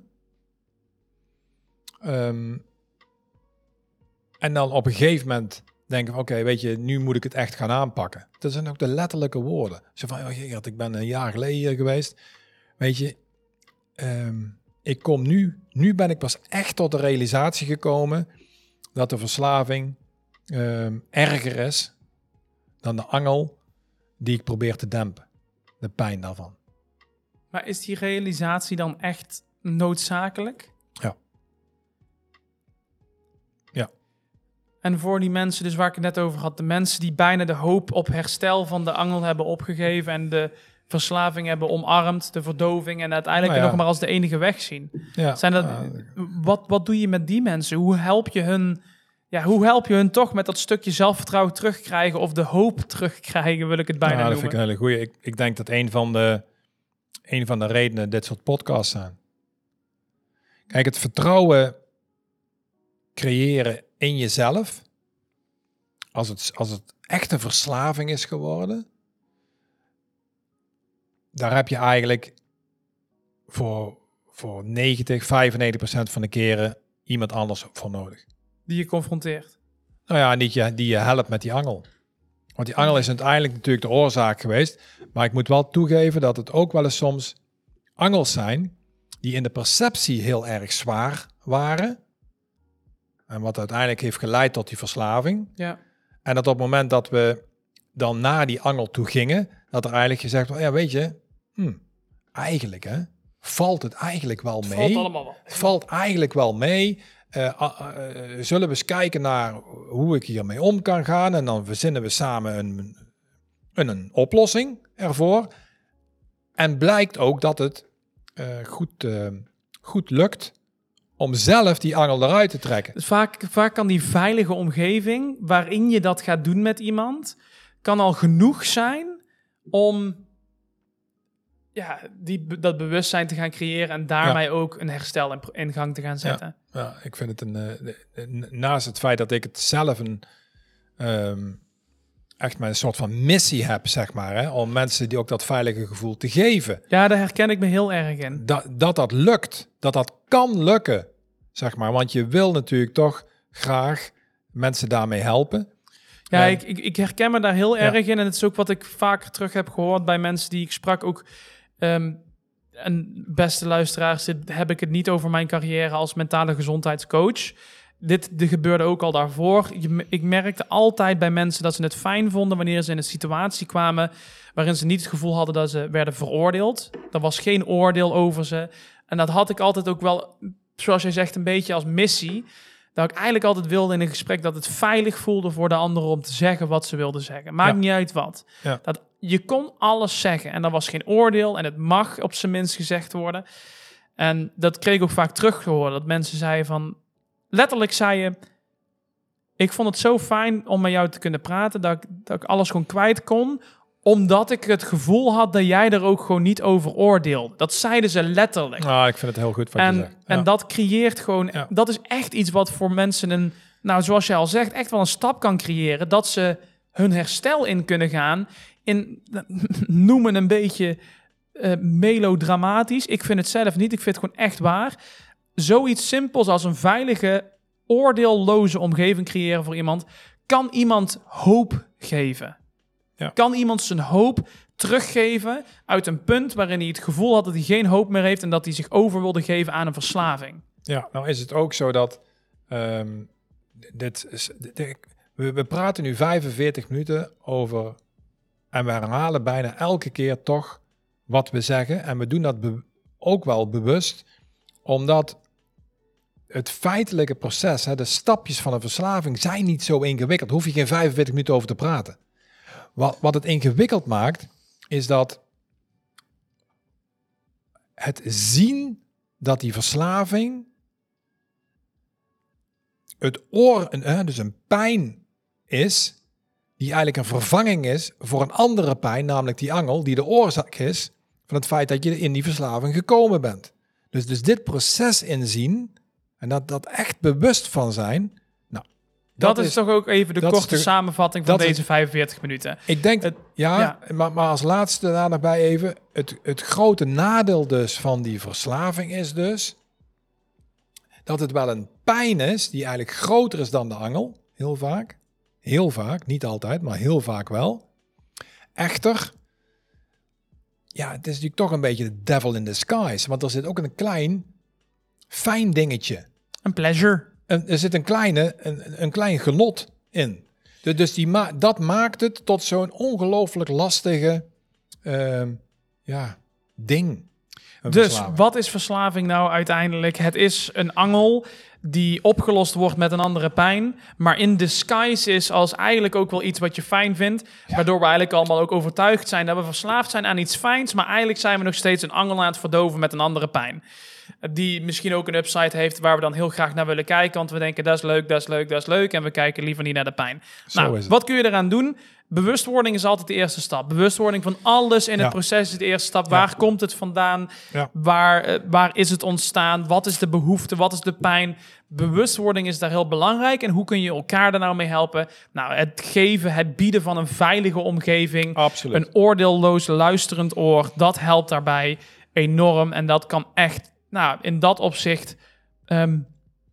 Um, en dan op een gegeven moment denken, oké, okay, weet je, nu moet ik het echt gaan aanpakken. Dat zijn ook de letterlijke woorden. Zo van, oh Gerard, ik ben een jaar geleden hier geweest. Weet je, um, ik kom nu, nu ben ik pas echt tot de realisatie gekomen dat de verslaving um, erger is dan de angel die ik probeer te dempen. De pijn daarvan. Maar is die realisatie dan echt noodzakelijk? Ja. Ja. En voor die mensen, dus waar ik het net over had, de mensen die bijna de hoop op herstel van de angel hebben opgegeven en de verslaving hebben omarmd, de verdoving en uiteindelijk nou ja. nog maar als de enige weg zien. Ja. Zijn dat, uh, wat, wat doe je met die mensen? Hoe help je hun, ja, hoe help je hun toch met dat stukje zelfvertrouwen terugkrijgen of de hoop terugkrijgen, wil ik het bijna nou, noemen? Dat vind ik een hele goeie. Ik, ik denk dat een van de een van de redenen dit soort podcasts zijn. Kijk, het vertrouwen creëren in jezelf, als het, als het echt een verslaving is geworden, daar heb je eigenlijk voor, voor negentig, vijfennegentig procent van de keren iemand anders voor nodig. Die je confronteert. Nou ja, niet je, die je helpt met die angel. Want die angel is uiteindelijk natuurlijk de oorzaak geweest. Maar ik moet wel toegeven dat het ook wel eens soms angels zijn die in de perceptie heel erg zwaar waren. En wat uiteindelijk heeft geleid tot die verslaving. Ja. En dat op het moment dat we dan naar die angel toe gingen, dat er eigenlijk gezegd wordt, ja weet je, hm, eigenlijk hè, valt het eigenlijk wel mee. Valt allemaal wel. Het valt eigenlijk wel mee. Uh, uh, uh, zullen we eens kijken naar hoe ik hiermee om kan gaan. En dan verzinnen we samen een, een, een oplossing ervoor. En blijkt ook dat het uh, goed, uh, goed lukt om zelf die angel eruit te trekken. Dus vaak, vaak kan die veilige omgeving waarin je dat gaat doen met iemand, kan al genoeg zijn om ja, die, dat bewustzijn te gaan creëren en daarmee ja. ook een herstel in, in gang te gaan zetten. Ja, ja ik vind het een... Uh, naast het feit dat ik het zelf een... Um, echt maar een soort van missie heb, zeg maar, hè, om mensen die ook dat veilige gevoel te geven. Ja, daar herken ik me heel erg in. Dat dat, dat lukt, dat dat kan lukken, zeg maar. Want je wil natuurlijk toch graag mensen daarmee helpen. Ja, en, ik, ik, ik herken me daar heel ja. erg in. En het is ook wat ik vaker terug heb gehoord bij mensen die ik sprak. Ook, um, en beste luisteraars, dit heb ik het niet over mijn carrière als mentale gezondheidscoach. Dit, dit gebeurde ook al daarvoor. Je, ik merkte altijd bij mensen dat ze het fijn vonden wanneer ze in een situatie kwamen waarin ze niet het gevoel hadden dat ze werden veroordeeld. Er was geen oordeel over ze. En dat had ik altijd ook wel, zoals jij zegt, een beetje als missie. Dat ik eigenlijk altijd wilde in een gesprek dat het veilig voelde voor de ander om te zeggen wat ze wilden zeggen. Maakt ja. niet uit wat. Ja. Dat, je kon alles zeggen en er was geen oordeel en het mag op zijn minst gezegd worden. En dat kreeg ik ook vaak teruggehoord. Dat mensen zeiden van... Letterlijk zei je, ik vond het zo fijn om met jou te kunnen praten, dat ik, dat ik alles gewoon kwijt kon, omdat ik het gevoel had dat jij er ook gewoon niet over oordeelde. Dat zeiden ze letterlijk. Nou, ik vind het heel goed wat en, je zegt. En ja. dat creëert gewoon, ja. dat is echt iets wat voor mensen een, nou zoals jij al zegt, echt wel een stap kan creëren, dat ze hun herstel in kunnen gaan, in, noemen een beetje uh, melodramatisch. Ik vind het zelf niet, ik vind het gewoon echt waar. Zoiets simpels als een veilige, oordeelloze omgeving creëren voor iemand, kan iemand hoop geven. Ja. Kan iemand zijn hoop teruggeven uit een punt waarin hij het gevoel had dat hij geen hoop meer heeft en dat hij zich over wilde geven aan een verslaving. Ja, nou is het ook zo dat um, dit is, dit, we, we praten nu vijfenveertig minuten over en we herhalen bijna elke keer toch wat we zeggen en we doen dat be, ook wel bewust, omdat het feitelijke proces, hè, de stapjes van een verslaving zijn niet zo ingewikkeld. Daar hoef je geen vijfenveertig minuten over te praten. Wat, wat het ingewikkeld maakt, is dat het zien dat die verslaving het oor, een, uh, dus een pijn is, die eigenlijk een vervanging is voor een andere pijn, namelijk die angel, die de oorzaak is van het feit dat je in die verslaving gekomen bent. Dus, dus dit proces inzien en dat, dat echt bewust van zijn. Nou, dat, dat is, is toch ook even de korte de, samenvatting van deze is, vijfenveertig minuten. Ik denk, het, ja, ja. Maar, maar als laatste daar nog bij even, het, het grote nadeel dus van die verslaving is dus dat het wel een pijn is die eigenlijk groter is dan de angel, heel vaak. Heel vaak, niet altijd, maar heel vaak wel. Echter, ja, het is natuurlijk toch een beetje de devil in disguise. Want er zit ook een klein, fijn dingetje. Een pleasure. En er zit een, kleine, een, een klein genot in. Dus, dus die ma- dat maakt het tot zo'n ongelooflijk lastige uh, ja, ding. Dus verslaving. Wat is verslaving nou uiteindelijk? Het is een angel die opgelost wordt met een andere pijn, maar in disguise is als eigenlijk ook wel iets wat je fijn vindt, ja. Waardoor we eigenlijk allemaal ook overtuigd zijn dat we verslaafd zijn aan iets fijns, maar eigenlijk zijn we nog steeds een angel aan het verdoven met een andere pijn. Die misschien ook een upside heeft waar we dan heel graag naar willen kijken, want we denken dat is leuk, dat is leuk, dat is leuk en we kijken liever niet naar de pijn. Zo nou, wat kun je eraan doen? Bewustwording is altijd de eerste stap. Bewustwording van alles in ja. het proces is de eerste stap. Waar ja. komt het vandaan? Ja. Waar, uh, waar is het ontstaan? Wat is de behoefte? Wat is de pijn? Bewustwording is daar heel belangrijk. En hoe kun je elkaar daar nou mee helpen? Nou, het geven, het bieden van een veilige omgeving. Absoluut. Een oordeelloos luisterend oor. Dat helpt daarbij enorm. En dat kan echt, nou, in dat opzicht, Um,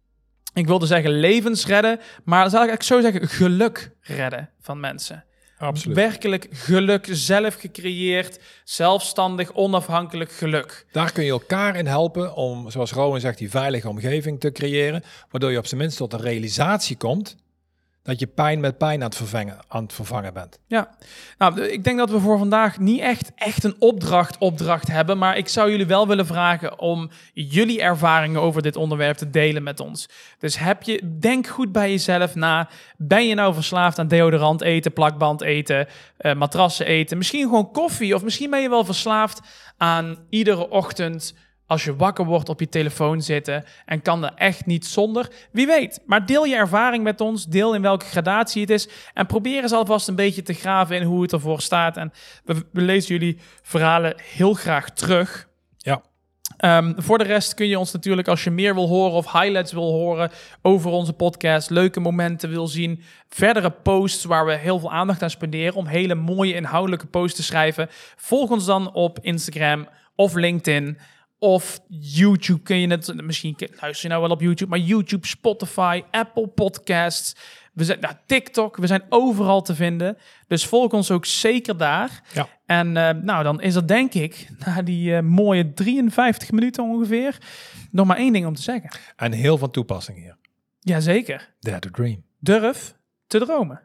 ik wilde zeggen levens redden. Maar dan zal ik eigenlijk zo zeggen geluk redden van mensen. Absoluut. Werkelijk geluk, zelf gecreëerd, zelfstandig, onafhankelijk geluk. Daar kun je elkaar in helpen om, zoals Rowan zegt, die veilige omgeving te creëren, waardoor je op zijn minst tot een realisatie komt dat je pijn met pijn aan het vervangen, aan het vervangen bent. Ja, nou, ik denk dat we voor vandaag niet echt, echt een opdracht, opdracht hebben, maar ik zou jullie wel willen vragen om jullie ervaringen over dit onderwerp te delen met ons. Dus heb je, denk goed bij jezelf na. Ben je nou verslaafd aan deodorant eten, plakband eten, uh, matrassen eten, misschien gewoon koffie, of misschien ben je wel verslaafd aan iedere ochtend als je wakker wordt op je telefoon zitten en kan er echt niet zonder. Wie weet. Maar deel je ervaring met ons. Deel in welke gradatie het is. En probeer eens alvast een beetje te graven in hoe het ervoor staat. En we, we lezen jullie verhalen heel graag terug. Ja. Um, voor de rest kun je ons natuurlijk, als je meer wil horen of highlights wil horen over onze podcast, leuke momenten wil zien, verdere posts waar we heel veel aandacht aan spenderen om hele mooie inhoudelijke posts te schrijven. Volg ons dan op Instagram of LinkedIn. Of YouTube kun je het, misschien luister je nou wel op YouTube, maar YouTube, Spotify, Apple Podcasts, we zijn, nou, TikTok, we zijn overal te vinden. Dus volg ons ook zeker daar. Ja. En uh, nou, dan is er denk ik, na die uh, mooie drieënvijftig minuten ongeveer, nog maar één ding om te zeggen. En heel van toepassing hier. Jazeker. Dare to dream. Durf te dromen.